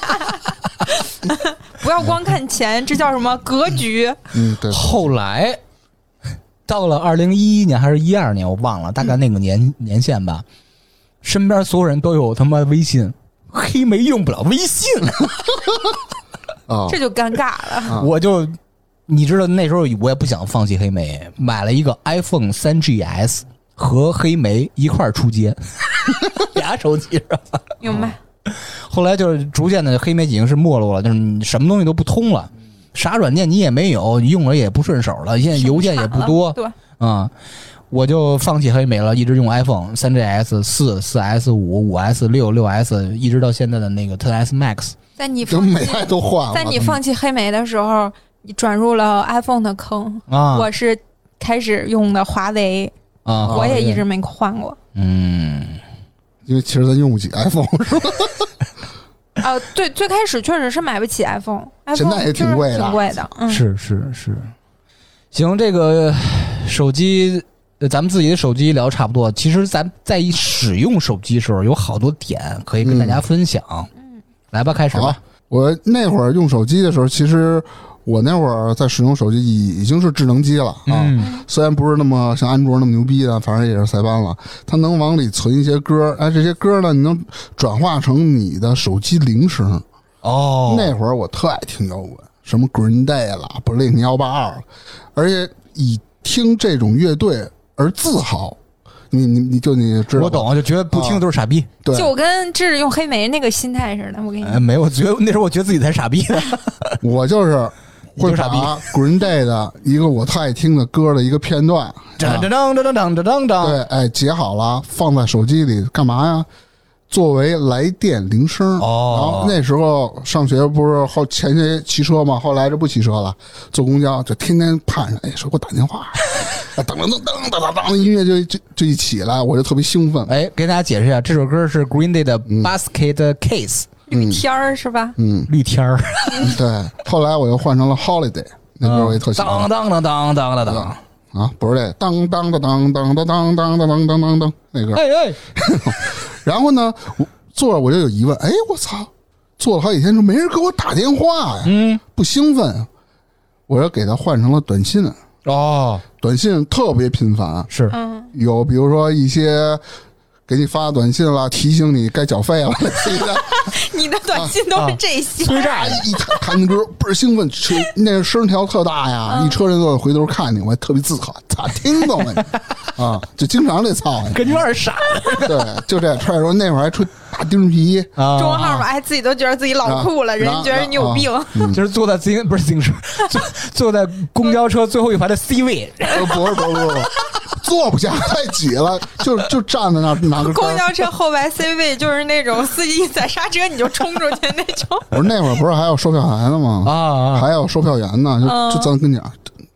不要光看钱，这叫什么格局？ 嗯，对。 后来到了二零一一年还是一二年，我忘了，大概那个年、嗯、年限吧。身边所有人都有他妈微信，黑莓用不了微信， 啊， 这就尴尬了。 我就你知道那时候我也不想放弃黑莓，买了一个 iPhone 三 G S 和黑莓一块儿出街，俩手机是吧？ 明白。 后来就是逐渐的黑莓已经是没落了，就是你什么东西都不通了，啥软件你也没有，你用了也不顺手了，现在邮件也不多， 对， 啊、嗯，我就放弃黑莓了，一直用 iPhone 三 G S 四、四 S 五、五 S 六、六 S， 一直到现在的那个 X S Max。 在你就每代都换了。 在你放弃黑莓的时候，你转入了 iPhone 的坑啊！ 我是开始用的华为啊， 我也一直没换过。 嗯， 因为其实咱用不起 iPhone 是吧？ 啊、呃，对，最开始确实是买不起 iPhone， 现在也挺贵的， 挺贵的。嗯， 是是是。行，这个手机，咱们自己的手机聊差不多。其实咱在使用手机的时候，有好多点可以跟大家分享。嗯，来吧，开始吧。 我那会儿用手机的时候，其实我那会儿在使用手机已经是智能机了啊。 嗯、 虽然不是那么像安卓那么牛逼的，反正也是塞班了。它能往里存一些歌，哎，这些歌呢，你能转化成你的手机铃声。 哦， 那会儿我特爱听摇滚，什么 Green Day 啦 ，Blink 一八二，而且以听这种乐队而自豪。你你你就你知道， 我懂，就觉得不听都是傻逼。 啊、对， 就跟智用黑莓那个心态似的。我跟你说、 呃，没有，我觉得那时候我觉得自己才傻逼呢。 我就是会把 Green Day 的一个我特爱听的歌的一个片段， 当当当当当当当， 对，哎，截好了放在手机里干嘛呀？作为来电铃声。 哦， 然后那时候上学不是后前些骑车嘛，后来这不骑车了，坐公交就天天盼着，哎，谁给我打电话？噔噔噔噔噔噔，音乐就就就一起来，我就特别兴奋。 哎，给大家解释一下，这首歌是 Green Day 的 Basket Case，、 嗯、绿天儿是吧？ 嗯， 绿天儿。 对，后来我又换成了 Holiday， 那歌我也特喜欢。 当当当当当当当。 啊，不是这当当当当当当当当当当当当当那个。 哎哎， 然后呢，我坐着我就有疑问，哎，我操，坐了好几天就没人给我打电话呀， 嗯， 不兴奋，我就给他换成了短信。 哦， 短信特别频繁， 是， 嗯， 有比如说一些给你发短信了，提醒你该缴费了， 你的短信都是这些， 催债、啊、一弹歌倍儿兴奋，车那声调特大呀，嗯、一车人都回头看你，我还特别自豪，操，听懂了啊，就经常这操， 跟你有点傻， 对，就这穿着那会儿还吹大钉皮， 啊、中号码还自己都觉得自己老酷了，啊、人觉得你有病， 啊嗯、就是坐在自行不是自行车，坐坐在公交车最后一排的 C 位， 不是不是不是。坐不下，太挤了，就就站在那儿拿着。 公交车后排 C 位就是那种司机一踩刹车你就冲出去那种。 我说那会儿不是还有售票员呢吗？ 啊，啊还有售票员呢，就、嗯、就咱跟前。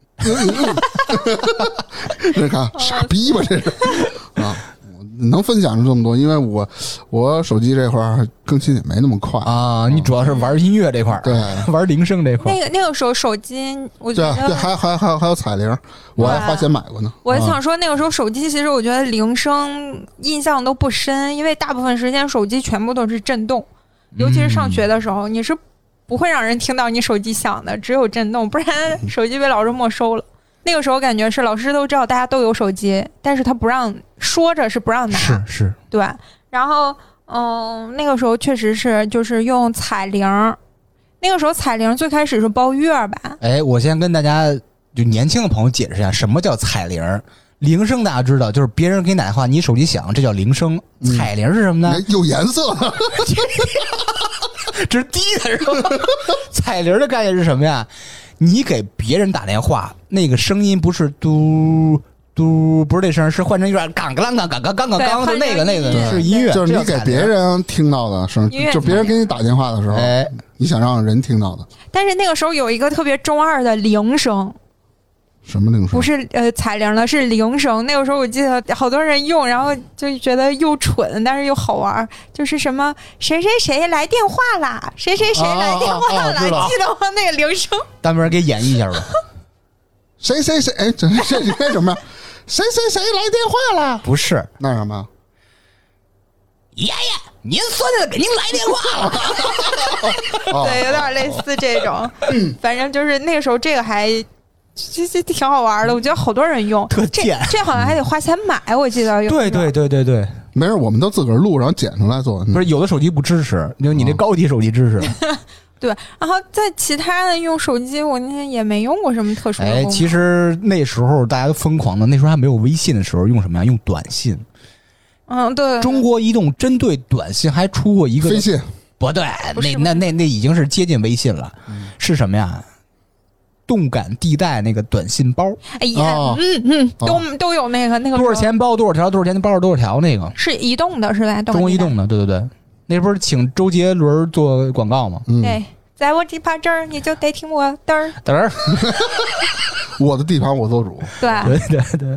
这看傻逼吧，这是啊！能分享出这么多，因为我我手机这块更新也没那么快啊。你主要是玩音乐这块， 对， 玩铃声这块。 那个那个时候手机，我觉得对对，还还还有还有彩铃，我还花钱买过呢。 我想说，那个时候手机其实我觉得铃声印象都不深，因为大部分时间手机全部都是震动，尤其是上学的时候，你是不会让人听到你手机响的，只有震动，不然手机被老师没收了。那个时候感觉是老师都知道大家都有手机，但是他不让说着是不让拿， 是是， 对。然后嗯，那个时候确实是就是用彩铃，那个时候彩铃最开始是包月吧。 哎，我先跟大家就年轻的朋友解释一下什么叫彩铃。铃声大家知道，就是别人给你打电话，你手机响，这叫铃声。彩铃是什么呢？ 嗯、有颜色， 这是低的是吧？彩铃的概念是什么呀？你给别人打电话，那个声音不是嘟嘟，不是这声，是换成有点杠杠杠杠杠杠杠杠的那个那个是音乐， 就是你给别人听到的声，就别人给你打电话的时候，哎，你想让人听到的。 但是那个时候有一个特别中二的铃声。 什么铃声？ 不是呃彩铃了，是铃声。那个时候我记得好多人用，然后就觉得又蠢，但是又好玩。就是什么谁谁谁来电话啦，谁谁谁来电话啦，啊啊啊、记得吗？那个铃声。 单门给演绎一下吧。 谁谁谁？哎，这这这什么？谁谁谁来电话了？ 不是， 那什么？ 爷爷， 您孙子给您来电话了。 对，有点类似这种。反正就是那个时候，这个还这这挺好玩的，我觉得好多人用。 特贱，这好像还得花钱买，我记得有。 对对对对对， 没事，我们都自个儿录，然后剪出来做。 不是有的手机不支持，就你这高级手机支持。 对，然后在其他的用手机，我那天也没用过什么特殊的功能。 哎，其实那时候大家都疯狂的，那时候还没有微信的时候，用什么呀？用短信。 嗯，对。 中国移动针对短信还出过一个飞信， 不对，那那那那已经是接近微信了，嗯、是什么呀？动感地带那个短信包。 哎呀，哦、嗯嗯，都、哦、都有那个那个多少钱包多少条，多少钱包多少条那个。 是移动的是吧？ 中国移动的，对对对。那不是请周杰伦做广告吗？ 嗯、 对，在我地盘这儿，你就得听我嘚儿嘚儿。 我的地盘我做主。 对对对对。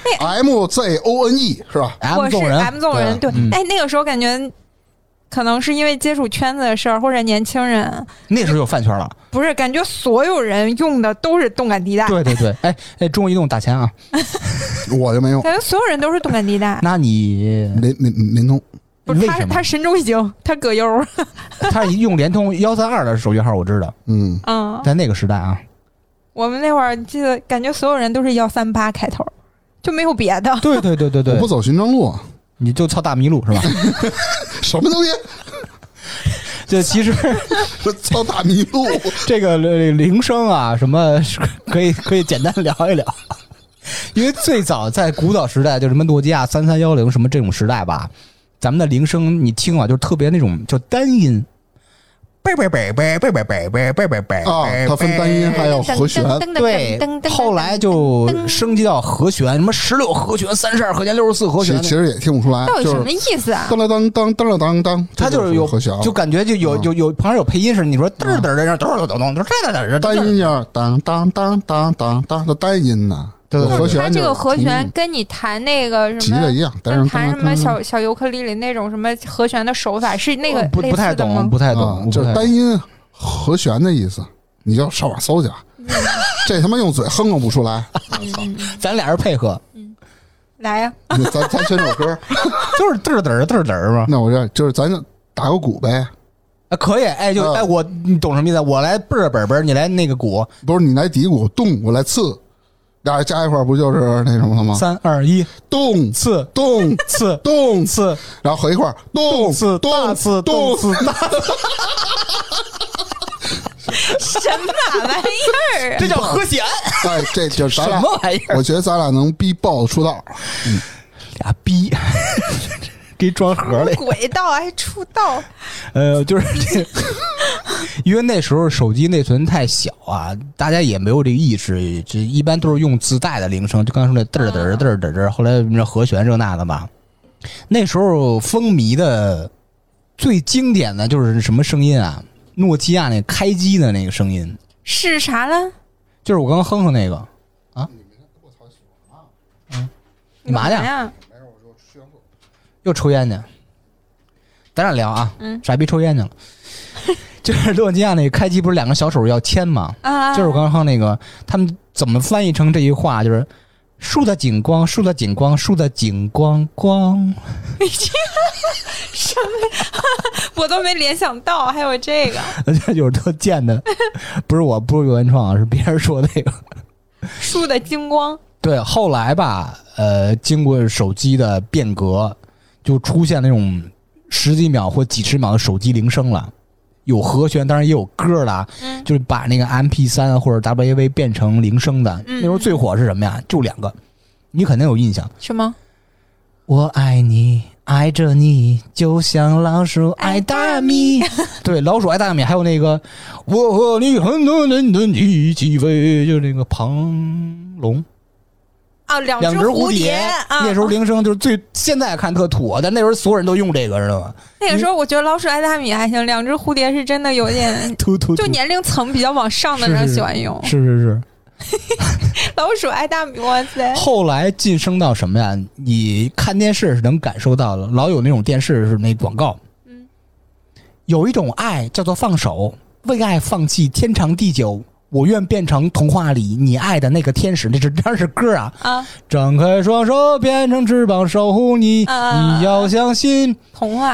M Z O N E 是吧 ？M 纵人 ，M 纵人对。 嗯、 哎，那个时候感觉可能是因为接触圈子的事儿，或者年轻人那时候有饭圈了。 不是，感觉所有人用的都是动感地带。 对对对，哎哎，中国移动打钱啊！ 我就没用。 感觉所有人都是动感地带。 那你联联联通？ 不是他，他神州已经他葛优， 他用联通幺三二的手机号，我知道。 嗯嗯， 在那个时代啊， 我们那会儿记得，感觉所有人都是幺三八开头，就没有别的。 对对对对对， 我不走寻常路， 你就操大迷路是吧？ 什么东西？ 这其实操大迷路， 这个铃声啊，什么可以可以简单聊一聊。因为最早在古早时代，就什么诺基亚三三幺零什么这种时代吧，咱们的铃声你听啊，就特别那种叫单音。贝贝贝贝贝贝贝贝贝贝贝啊，它分单音还有和弦。 对，后来就升级到和弦，什么十六和弦、三十二和弦、六十四和弦， 其实也听不出来， 到底什么意思啊？ 当当当当当当当， 它就是有和弦， 就感觉就有有有旁边有配音似的，你说嘚嘚嘚嘚嘚嘚嘚嘚， 单音叫当当当当当当的单音呢。 对， 和弦它这个和弦跟你弹那个什么一样，但是弹什么小小尤克里里那种什么和弦的手法是那个不不太懂，不太懂， 就是单音和弦的意思。你就上网搜去，这他妈用嘴哼哼不出来。 咱俩人配合， 嗯，来呀， 咱咱选首歌， 就是嘚嘚嘚嘚嘛。 那我这就是咱就打个鼓呗。 啊，可以，哎，就哎，我你懂什么意思？我来倍儿本本，你来那个鼓， 不是你来底鼓，咚，我来刺。俩加一块不就是那什么了吗？ 三二一， 动次动次动次， 然后合一块动次动次动次大。 什么玩意儿？ 这叫和弦。 哎，这就咱俩什么玩意儿？ 我觉得咱俩能逼豹子出道。 嗯，俩逼。给装盒里， 轨道还出道， 呃，就是这个，因为那时候手机内存太小啊，大家也没有这个意识，这一般都是用自带的铃声，就刚才说那嘚嘚嘚嘚嘚，后来那和弦这那个吧。那时候风靡的最经典的就是什么声音啊？诺基亚那开机的那个声音是啥呢？ 就是我刚刚哼哼那个啊。嗯，你嘛呢？又抽烟去，咱俩聊啊，嗯，傻逼抽烟去了。就是诺基亚那个开机不是两个小手要牵吗？啊，就是我刚刚说那个，他们怎么翻译成这句话？就是树的景光，树的景光，树的景光光。 什么？我都没联想到还有这个。 就是特贱的，不是我，不是原创，是别人说的那个。 树的金光。对， 后来吧，呃，经过手机的变革。就出现那种十几秒或几十秒的手机铃声了，有和弦，当然也有歌了，嗯，就是把那个 M P 三 或者 W A V 变成铃声的。嗯，那时候最火是什么呀？就两个，你肯定有印象。 什么？ 我爱你，爱着你，就像老鼠爱大米。对，老鼠爱大米，还有那个我和你很多人的一起飞，就是那个庞龙。 啊，两只蝴蝶， 啊、 那时候铃声就是最，现在看特土，但那时候所有人都用这个，知道吗？ 那个时候我觉得老鼠爱大米还行，两只蝴蝶是真的有点突突， 就年龄层比较往上的人喜欢用。 是是是， 老鼠爱大米，哇塞！ 后来晋升到什么呀？你看电视是能感受到的，老有那种电视是那广告，嗯，有一种爱叫做放手，为爱放弃天长地久。我愿变成童话里你爱的那个天使，那是当然是歌啊！啊，张开双手变成翅膀守护你，啊、你要相信童话。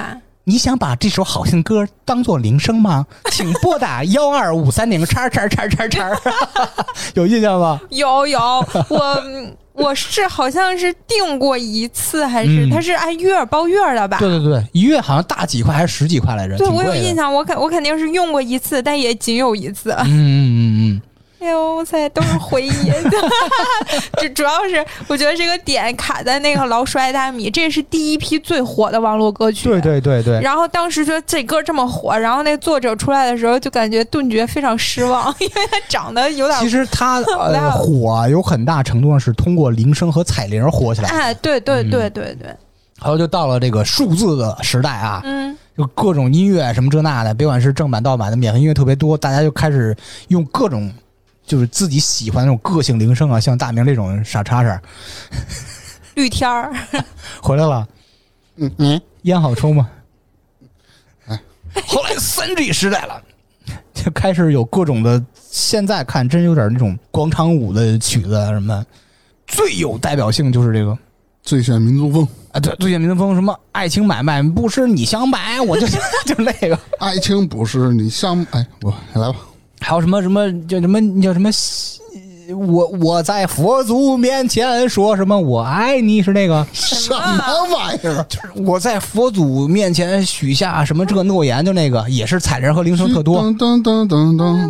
你想把这首好听歌当做铃声吗？请拨打幺二五三零叉叉叉叉叉，有印象吗？ 有有，我我是好像是订过一次，还是、嗯、它是按月包月的吧？ 对对对，一月好像大几块还是十几块来着？ 对，我有印象，我肯我肯定是用过一次，但也仅有一次。 嗯嗯嗯嗯。 哎呦我塞，都是回忆。这主要是我觉得这个点卡在那个老鼠爱大米，这是第一批最火的网络歌曲。 对对对对。 然后当时说这歌这么火，然后那作者出来的时候就感觉顿觉非常失望，因为他长得有点。 其实他、呃、火有很大程度上是通过铃声和彩铃火起来的。 哎，对对对对对。 然后就到了这个数字的时代啊， 嗯， 就各种音乐什么这那的，别管是正版盗版的，免费音乐特别多，大家就开始用各种。就是自己喜欢那种个性铃声啊，像大明这种傻叉叉， 绿天儿回来了， 嗯嗯， 烟好抽吗？哎，后来三 G 时代了，就开始有各种的，现在看真有点那种广场舞的曲子啊什么，最有代表性就是这个最炫民族风啊，对，最炫民族风，什么爱情买卖不是你想买，我就就那个爱情不是你想，哎，我来吧。 还有什么什么叫什么叫什么？我我在佛祖面前说什么我爱你是那个什么玩意儿？ 就是我在佛祖面前许下什么这个诺言，就那个也是彩铃和铃声特多。 噔噔噔噔噔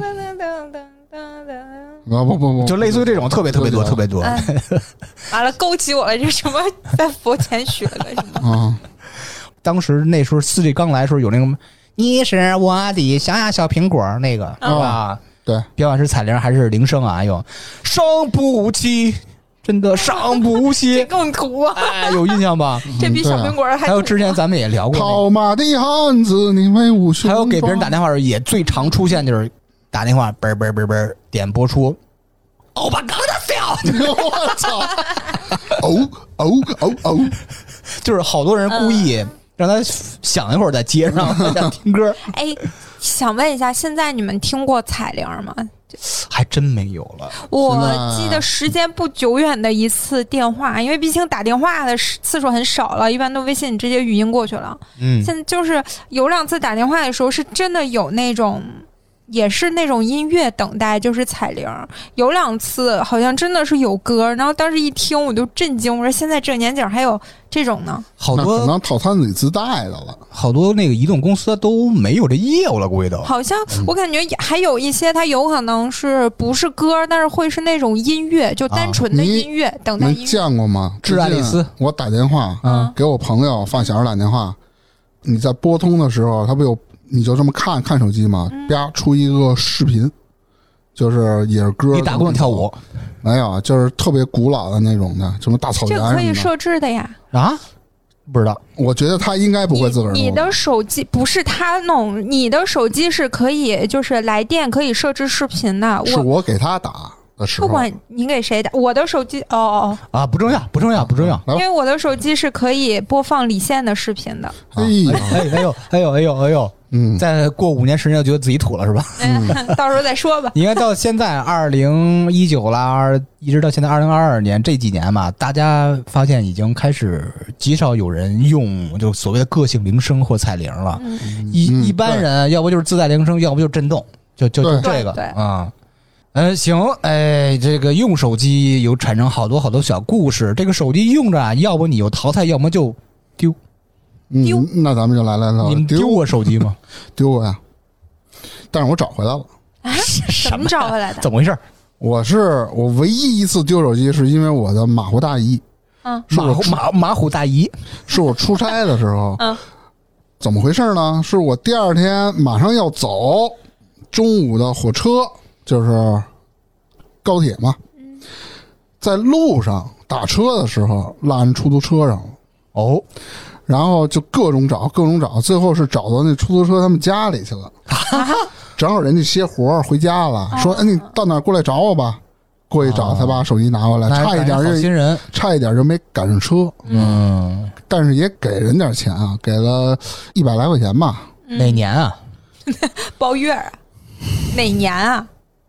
啊不不不， 就类似于这种特别特别多特别多。 哎、完了，勾起我了，这什么在佛前许了个什么？ 啊， 当时那时候四 G 刚来的时候有那个。你是我的小呀小苹果那个是吧、 哦？对， 别管是彩铃还是铃声啊，哟，伤不起，真的伤不起， 这更土啊！ 哎，有印象吧？ 这比小苹果还、啊。 还有之前咱们也聊过、那个， 套马的汉子，你威武雄壮。 还有给别人打电话也最常出现就是打电话嘣嘣嘣嘣点播出，欧巴刚的 feel， 我操！哦哦哦哦， 就是好多人故意。嗯让他想一会儿再接上，想听歌。 哎，想问一下，现在你们听过彩铃吗？ 还真没有了。 我记得时间不久远的一次电话，因为毕竟打电话的次数很少了，一般都微信直接语音过去了。 嗯， 现在就是有两次打电话的时候，是真的有那种。也是那种音乐等待，就是彩铃。有两次好像真的是有歌，然后当时一听我就震惊，我说现在这年景还有这种呢？ 好多可能套餐里自带的了， 好多那个移动公司都没有这业务了，估计都。 好像我感觉还有一些，它有可能是不是歌，但是会是那种音乐，就单纯的音乐，啊、等待音乐。 你见过吗？ 致爱丽丝， 我打电话，嗯，给我朋友发小打电话，你在拨通的时候，他不有。你就这么看看手机嘛，啪出一个视频，就是也是歌。 你打过跳舞？ 没有，就是特别古老的那种的，什么大草原什么的。 这可以设置的呀？ 啊？不知道。 我觉得他应该不会自个儿弄。 你的手机不是他弄，你的手机是可以，就是来电可以设置视频的。 是我给他打的时候。 不管你给谁打，我的手机哦哦啊，不重要，不重要，不重要。 因为我的手机是可以播放离线的视频的。 哎呦， 哎哎呦，哎呦，哎呦，哎呦。嗯，再过五年十年就觉得自己土了是吧？ 嗯，到时候再说吧。 应该到现在二零一九啦，一直到现在二零二二年这几年嘛，大家发现已经开始极少有人用就所谓的个性铃声或彩铃了。嗯、一、嗯、一般人要不就是自带铃声，要不就是震动，就就就这个啊。嗯、呃，行，哎，这个用手机有产生好多好多小故事。这个手机用着，要不你就淘汰，要么就丢。 丢、嗯，那咱们就来来了。 你们丢过手机吗？ 丢过呀，但是我找回来了。 啊？怎么找回来的？ 怎么回事？ 我是我唯一一次丢手机，是因为我的马虎大意。 嗯， 马虎马马虎大意， 是我出差的时候。 嗯， 怎么回事呢？是我第二天马上要走，中午的火车就是高铁嘛， 嗯、 在路上打车的时候落人出租车上了。 哦。 然后就各种找，各种找，最后是找到那出租车他们家里去了。正好人家歇活回家了，说：“哎，你到哪儿过来找我吧。”过去找，才把手机拿回来，差一点就新人， 差一点就没赶上车。 嗯， 但是也给人点钱啊，给了一百来块钱吧。 哪年啊？ 包月啊？哪年啊？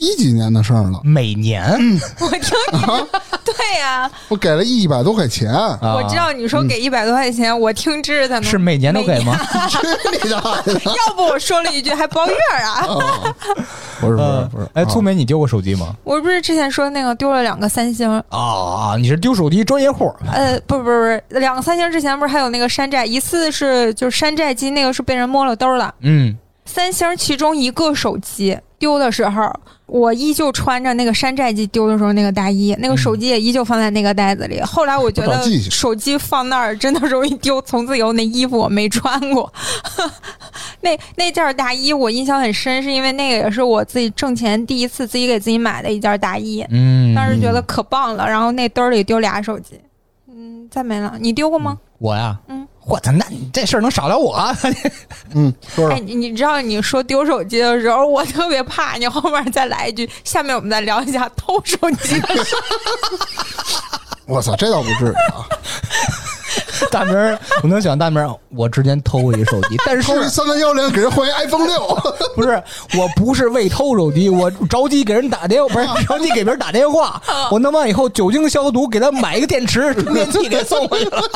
一几年的事儿了。 每年， 我听你、啊、对呀、啊， 我给了一百多块钱。 啊、 我知道你说给一百多块钱，嗯、我听知道呢。 是每年都给吗？ 去你的！ 要不我说了一句还包月啊？ 哦、不是不是不是。 哎，粗梅，你丢过手机吗？ 我不是之前说那个丢了两个三星啊、 哦？你是丢手机专业户？ 呃，不不不是，两个三星之前不是还有那个山寨，一次是就是山寨机，那个是被人摸了兜了。 嗯， 三星其中一个手机丢的时候，我依旧穿着那个山寨机丢的时候那个大衣，那个手机也依旧放在那个袋子里。嗯、后来我觉得手机放那儿真的容易丢，从此以后那衣服我没穿过。那那件大衣我印象很深，是因为那个也是我自己挣钱第一次自己给自己买的一件大衣。 嗯， 当时觉得可棒了。然后那兜里丢俩手机，嗯，再没了。你丢过吗？ 嗯、我呀， 嗯。 我操，那你这事儿能少了我、啊？ 嗯，说说。 哎，你你知道你说丢手机的时候，我特别怕你后面再来一句。下面我们再聊一下偷手机的事。 我操，这倒不至于啊！ 大明儿，我能想大明儿，我之前偷过一手机，但是偷一三三幺零给人换一 iPhone 六， 不是，我不是为偷手机，我着急给人打电话，不是着急给别人打电话，我弄完以后酒精消毒，给他买一个电池充电器给送回去了。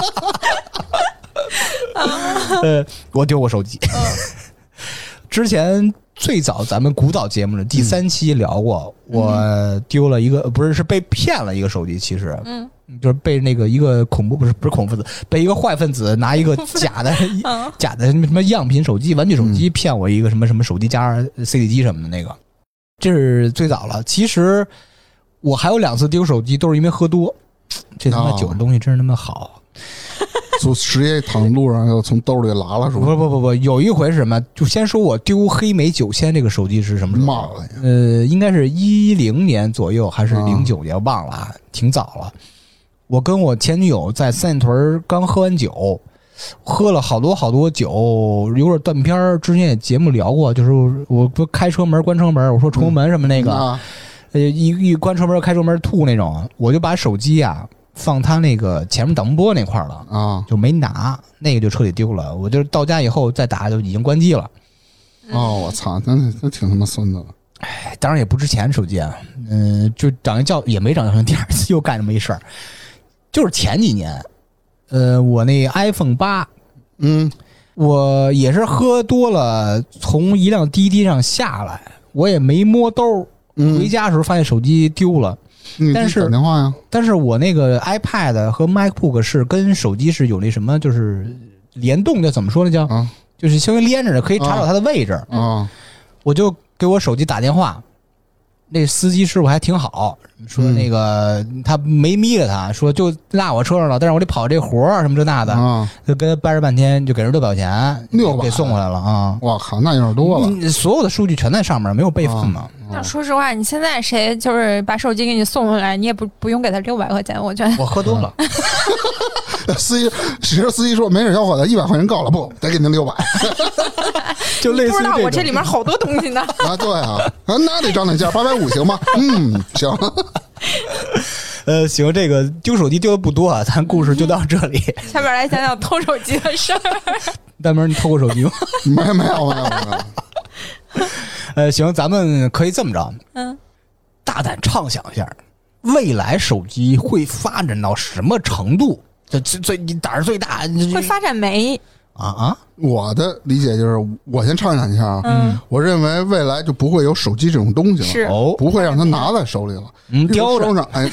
呃，我丢过手机。之前最早咱们古早节目的第三期聊过，嗯、我丢了一个，不是是被骗了一个手机，其实，嗯，就是被那个一个恐怖不是不是恐怖分子，被一个坏分子拿一个假的、嗯、假的什么样品手机、玩具手机骗我一个什么什么手机加 C D 机什么的那个，这是最早了。其实我还有两次丢手机，都是因为喝多。这他妈酒的东西真是他妈好。 就直接躺路上又从兜里拉了，是吧？ 不不不不，有一回是什么？就先说我丢黑莓九千这个手机是什么时候？呃，应该是一零年左右还是零九年，忘了啊，挺早了。我跟我前女友在三里屯刚喝完酒，喝了好多好多酒，有点断片儿。之前也节目聊过，就是我不开车门关车门，我说出门什么那个，嗯、呃，一一关车门开车门吐那种，我就把手机啊。放他那个前面挡波那块了啊，就没拿，那个就彻底丢了。我就到家以后再打就已经关机了。 哦，我操，那那挺他妈孙子了。 哎，当然也不值钱手机啊，嗯、呃，就长一教也没长成第二次又干这么一事儿。就是前几年，呃，我那 iPhone 八， 嗯， 我也是喝多了，从一辆滴滴上下来，我也没摸兜， 嗯、 回家的时候发现手机丢了。但是打电话呀， 但是我那个 iPad 和 MacBook 是跟手机是有那什么，就是联动的，怎么说呢？叫、啊、就是相当于连着的，可以查找它的位置。 啊，啊我就给我手机打电话，那司机师傅还挺好，说那个、嗯、他没眯着他，说就落我车上了，但是我得跑这活儿什么这那的，啊、就跟他掰扯半天，就给人六百块钱， 六百给送回来了啊！ 我靠，那有点多了。 所有的数据全在上面，没有备份嘛。啊那说实话，你现在谁就是把手机给你送回来，你也不不用给他六百块钱，我觉得。 我喝多了。 司机，其实司机说没事，小伙子，一百块钱够了，不得给您六百。 就类似于不知道我这里面好多东西呢。 啊，对啊，啊那得涨点价，八百五行吗？嗯，行。 呃，行，这个丢手机丢的不多啊，咱故事就到这里。 下边来讲讲偷手机的事儿。 大明，你偷过手机吗？ 没有，没有，没有，没有。 呃，行，咱们可以这么着， 嗯， 大胆畅想一下，未来手机会发展到什么程度？这最最你胆儿最大， 会发展没？ 啊啊！ 我的理解就是，我先畅想一下啊，嗯，我认为未来就不会有手机这种东西了， 是哦， 不会让它拿在手里了， 嗯，叼着， 哎。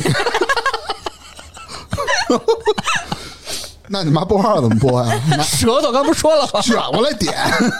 那你妈拨号怎么拨呀？ 舌头刚不说了吗？ 卷过来点。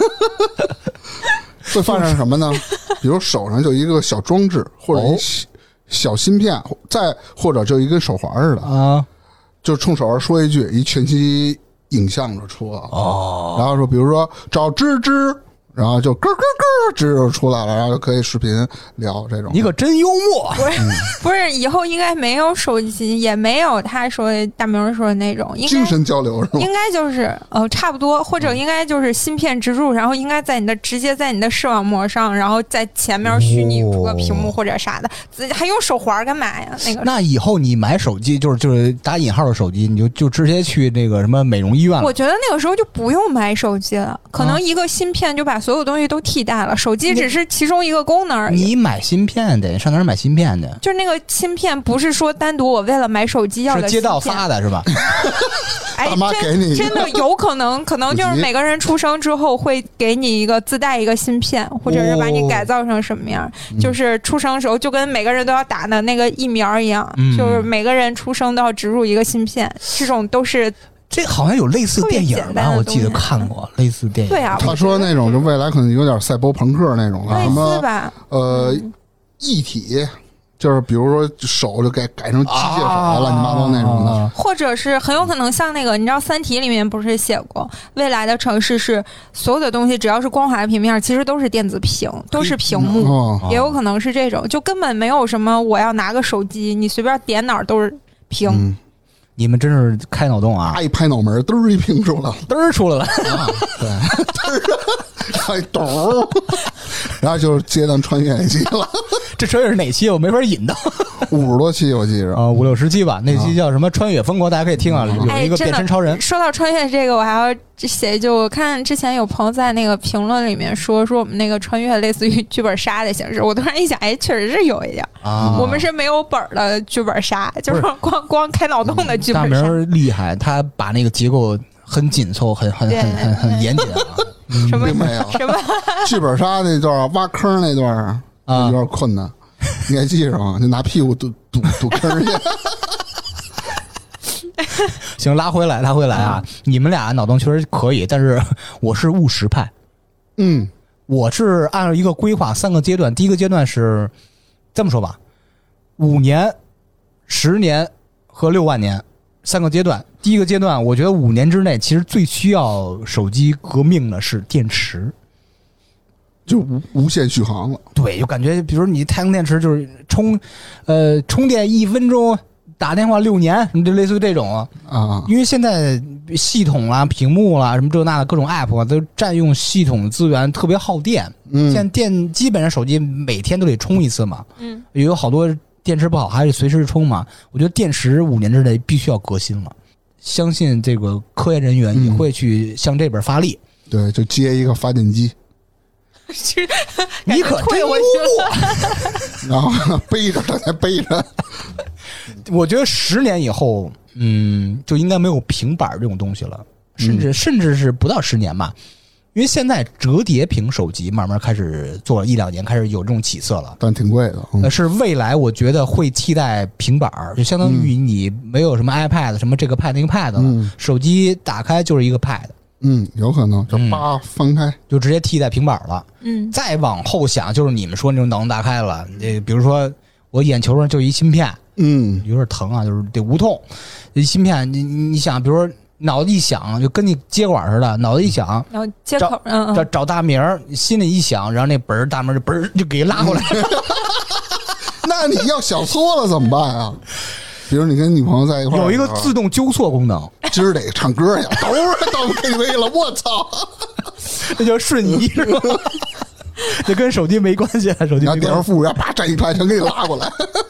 会发生什么呢？比如手上就一个小装置，或者一小芯片，再或者就一根手环似的啊， 就冲手环说一句，一全息影像就出了哦。 然后说，比如说找芝芝，然后就咯咯咯，芝就出来了，然后就可以视频聊这种。 你可真幽默。 不是、嗯、不是，以后应该没有手机，也没有他说大明说的那种应该精神交流，是吗？ 应该就是呃差不多，或者应该就是芯片植入，然后应该在你的直接在你的视网膜上，然后在前面虚拟出个屏幕或者啥的，自己还用手环干嘛呀？那个那以后你买手机就是就是打引号的手机，你就就直接去那个什么美容医院了。 我觉得那个时候就不用买手机了，可能一个芯片就把所有东西都替代了，手机只是其中一个功能而已。 你买芯片得上哪儿买芯片的？ 就是那个芯片不是说单独我为了买手机要的芯片， 是街道发的是吧？ 哎， 大妈给你真真的有可能，可能就是每个人出生之后会给你一个自带一个芯片，或者是把你改造成什么样， 哦、 就是出生时候就跟每个人都要打的那个疫苗一样， 嗯、 就是每个人出生都要植入一个芯片，这种都是。 这好像有类似电影吧？我记得看过类似电影。 对啊， 他说那种就未来可能有点赛博朋克那种的，什么呃一体。就是比如说手就改改成机械手了，乱七八糟那种的， 或者是很有可能像那个，你知道《三体》里面不是写过，未来的城市是所有的东西只要是光滑平面，其实都是电子屏，都是屏幕， 哦、 也有可能是这种，就根本没有什么我要拿个手机，你随便点哪儿都是屏。 嗯你们真是开脑洞啊！ 一拍脑门，嘚儿一屏出来了， 嘚儿出来了， 啊、对，嘚儿，咚，然后就是接咱穿越那期了。 这穿越是哪期？我没法引到。 五十多期我记着啊，五六十期吧。那期叫什么？穿越风国，大家可以听啊。有一个变身超人。 哎、说到穿越这个，我还要写，就我看之前有朋友在那个评论里面说，说我们那个穿越类似于剧本杀的形式。我突然一想，哎，确实是有一点啊。 我们是没有本的剧本杀，就是光光开脑洞的剧本杀。 大明厉害，他把那个结构很紧凑，很很很很很严谨啊。 什么没有什么剧本杀那段挖坑那段啊，有点困难。你还记着吗？就拿屁股堵堵堵坑去。 行，拉回来，拉回来啊！你们俩脑洞确实可以，但是我是务实派。 嗯， 我是按照一个规划，三个阶段。第一个阶段是这么说吧，五年、十年和六万年三个阶段。第一个阶段，我觉得五年之内，其实最需要手机革命的是电池。 就无无限续航了， 对，就感觉比如你太阳电池就是充，呃，充电一分钟，打电话六年，就类似于这种啊。 啊， 因为现在系统啦、屏幕啦、什么这那的各种 app 啊，都占用系统资源，特别耗电。 嗯， 现在电基本上手机每天都得充一次嘛。 嗯， 有好多电池不好，还得随时充嘛。我觉得电池五年之内必须要革新了，相信这个科研人员也会去向这边发力。 嗯、对，就接一个发电机。 你可真幽默， 然后背着他才背着。 我觉得十年以后，嗯，就应该没有平板这种东西了，甚至、嗯、甚至是不到十年吧，因为现在折叠屏手机慢慢开始做了一两年，开始有这种起色了， 但挺贵的。 嗯、是未来我觉得会替代平板，就相当于你没有什么 iPad、嗯、什么这个 pad 那个 pad 了、嗯，手机打开就是一个 pad。 嗯，有可能就叭翻开、嗯， 就直接替代平板了。 嗯， 再往后想，就是你们说那种脑洞大开了。这比如说我眼球上就一芯片， 嗯， 有点疼啊，就是得无痛。一芯片，你你想，比如说脑子一响，就跟你接管似的，脑子一响， 然后接口，嗯找找大名，心里一响，然后那本儿大门就本儿就给拉过来。 那你要想错了怎么办啊？比如你跟女朋友在一块儿， 有一个自动纠错功能， 今儿得唱歌去，等会儿到 K T V 了，我操， 这叫瞬移是吧？这跟手机没关系，手机没关系。 点上服务员，啪站一排，全给你拉过来。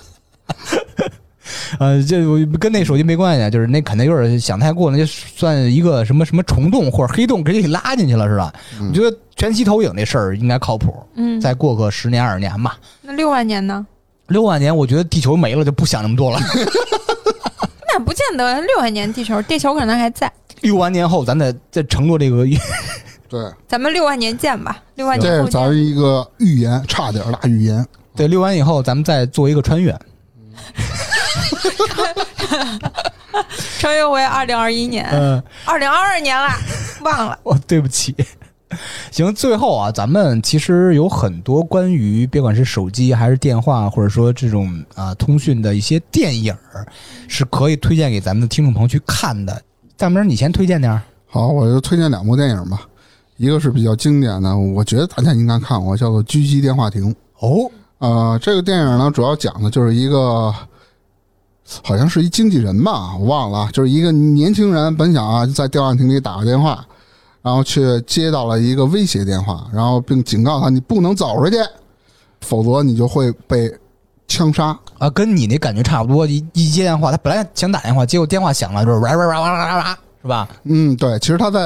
呃，这跟那手机没关系，就是那肯定有点想太过，那就算一个什么什么虫洞或者黑洞，给你拉进去了是吧？嗯、我觉得全息投影这事儿应该靠谱。 嗯， 再过个十年二十年吧。 那六万年呢？ 六万年，我觉得地球没了，就不想那么多了。 那不见得，六万年地球，地球可能还在。 六万年后，咱得再承诺这个。 对， 咱们六万年见吧。六万年后这是咱们一个预言，差点大预言。 对，六万以后，咱们再做一个穿越。 穿越回二零二一年， 嗯， 二零二二年了，忘了。 哦，对不起。行，最后啊，咱们其实有很多关于别管是手机还是电话，或者说这种啊通讯的一些电影，是可以推荐给咱们的听众朋友去看的。大明，你先推荐点。 好，我就推荐两部电影吧。一个是比较经典的，我觉得大家应该看过，叫做《狙击电话亭》。 哦， 呃，这个电影呢，主要讲的就是一个，好像是一经纪人吧，我忘了，就是一个年轻人本想啊在电话亭里打个电话。然后却接到了一个威胁电话，然后并警告他你不能走出去，否则你就会被枪杀啊，跟你那感觉差不多。一一接电话，他本来想打电话，结果电话响了，就是哇哇哇哇哇哇，是吧？ 嗯，对。其实他在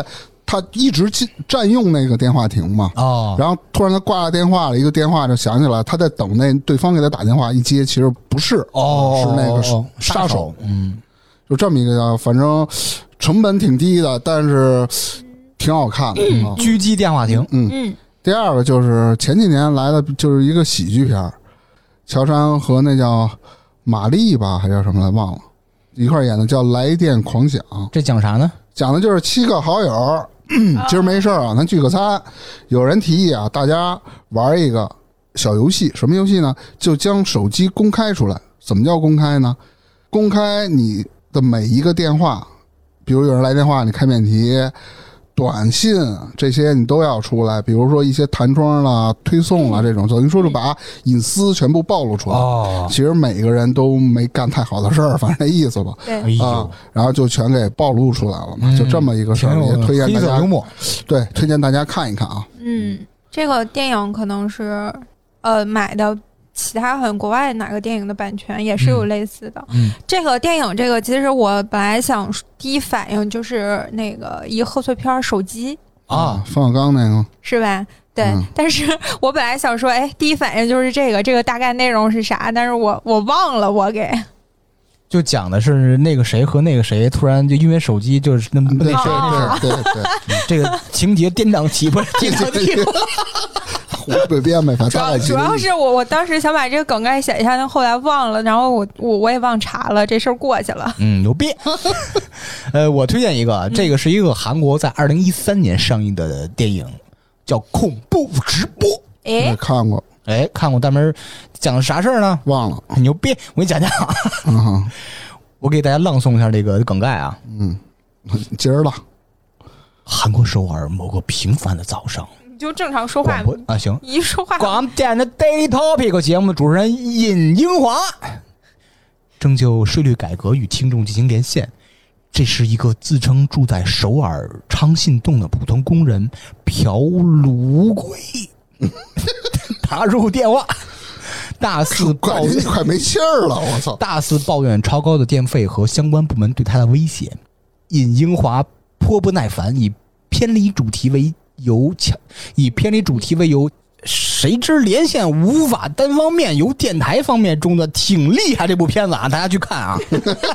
他一直占用那个电话亭嘛， 哦， 然后突然他挂了电话了，一个电话就响起来，他在等那对方给他打电话，一接其实不是， 哦， 是那个哦杀手， 嗯， 就这么一个，反正成本挺低的，但是挺好看的。 嗯啊、 狙击电话亭， 嗯嗯。 第二个就是前几年来的，就是一个喜剧片，乔杉和那叫玛丽吧，还叫什么来忘了，一块演的叫《来电狂想》， 这讲啥呢？ 讲的就是七个好友。今儿没事啊，咱聚个餐。有人提议啊，大家玩一个小游戏，什么游戏呢？就将手机公开出来。怎么叫公开呢？公开你的每一个电话，比如有人来电话，你开免提、短信这些你都要出来。比如说一些弹窗啦、推送啦这种，等于说是把隐私全部暴露出来。 哦， 其实每个人都没干太好的事儿，反正那意思吧。 对哎呦啊，然后就全给暴露出来了嘛， 嗯就这么一个事儿，也推荐大家黑色幽默， 对，推荐大家看一看啊。 嗯，这个电影可能是呃买的其他好像国外哪个电影的版权也是有类似的。 嗯， 这个电影这个其实我本来想第一反应就是那个一贺岁片手机啊， 冯小刚那个是吧？对、 嗯， 但是我本来想说，哎，第一反应就是这个，这个大概内容是啥？但是我我忘了，我给就讲的是那个谁和那个谁突然就因为手机就是那那对谁那对对对， 这个情节颠宕起伏，颠宕起伏。 胡被编呗，反主要正主要是我我当时想把这个梗概写一下，但后来忘了，然后我我我也忘查了，这事儿过去了。 嗯，牛逼。呃，我推荐一个，这个是一个韩国在二零一三年上映的电影，叫《恐怖直播》。 哎也，看过， 哎，看过大门讲的啥事儿呢？ 忘了。 很牛逼，我给你讲讲。 嗯哼， 我给大家朗诵一下这个梗概啊。 嗯，今儿了， 韩国首尔某个平凡的早上， 你就正常说话广播啊行。 你一说话广电的 Daily Topic 节目主持人尹英华征就税率改革与听众进行连线。这是一个自称住在首尔昌信洞的普通工人朴卢贵打入电话，大肆抱感觉怨你快没气儿了，我操！ 大肆抱怨超高的电费和相关部门对他的威胁。尹英华颇不耐烦，以偏离主题为由强以偏离主题为由，谁知连线无法单方面由电台方面中的挺厉害这部片子啊，大家去看啊。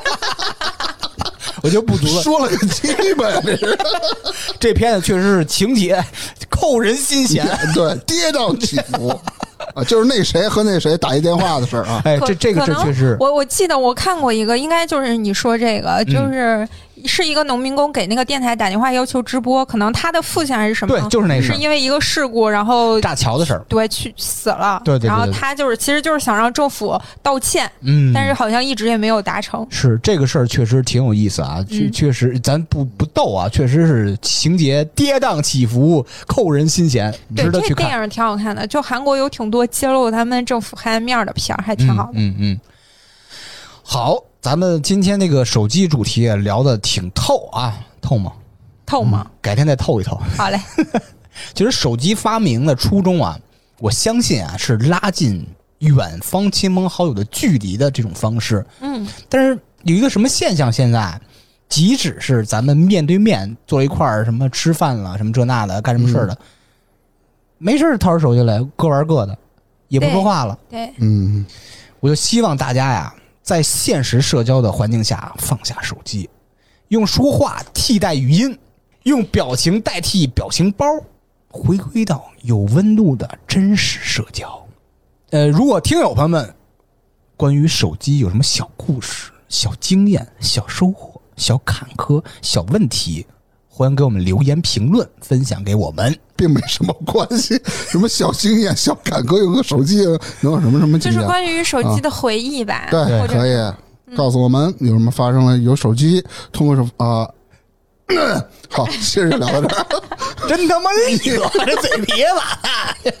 我就不读了， 说了个鸡巴，这是这片子确实是情节扣人心弦。 对，跌宕起伏啊，就是那谁和那谁打一电话的事儿啊。 哎， 可这这个这可能确实， 我我记得我看过一个，应该就是你说这个，就是是一个农民工给那个电台打电话要求直播，可能他的父亲还是什么， 对，就是那事儿， 是因为一个事故，然后炸桥的事儿。 对去死了， 对对对对然后他就是其实就是想让政府道歉， 嗯， 但是好像一直也没有达成。 是这个事儿确实挺有意思啊，确、 嗯确实咱不不逗啊，确实是情节跌宕起伏，扣人心弦， 对， 值得去看。 这电影挺好看的，就韩国有挺多揭露他们政府黑暗面的片儿，还挺好的。 嗯嗯嗯，好，咱们今天那个手机主题也聊得挺透啊，透吗？ 透吗？ 改天再透一透。 好嘞， 其实手机发明的初衷啊，我相信啊是拉近远方亲朋好友的距离的这种方式。 嗯， 但是有一个什么现象，现在即使是咱们面对面坐一块儿，什么吃饭了，什么这那的，干什么事儿的， 嗯、 没事掏出手机来，各玩各的，也不说话了。 对， 嗯， 我就希望大家呀，在现实社交的环境下放下手机，用说话替代语音，用表情代替表情包，回归到有温度的真实社交。呃，如果听友朋友们关于手机有什么小故事、小经验、小收获、小坎坷、小问题，欢迎给我们留言评论，分享给我们。 并没什么关系，什么小经验、小坎坷，用个手机能有什么什么经验？ 就是关于手机的回忆吧。 啊、对，可以、嗯、告诉我们有什么发生了，有手机通过什么啊？呃、好，谢谢聊到这儿。 真他妈厉害，这嘴皮子。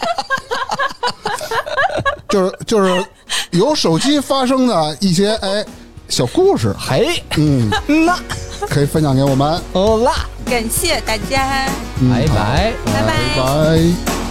就是就是有手机发生的一些哎小故事， 嘿， 嗯， 那可以分享给我们。 好啦， 感谢大家， 嗯、 拜拜， 拜拜。 拜拜。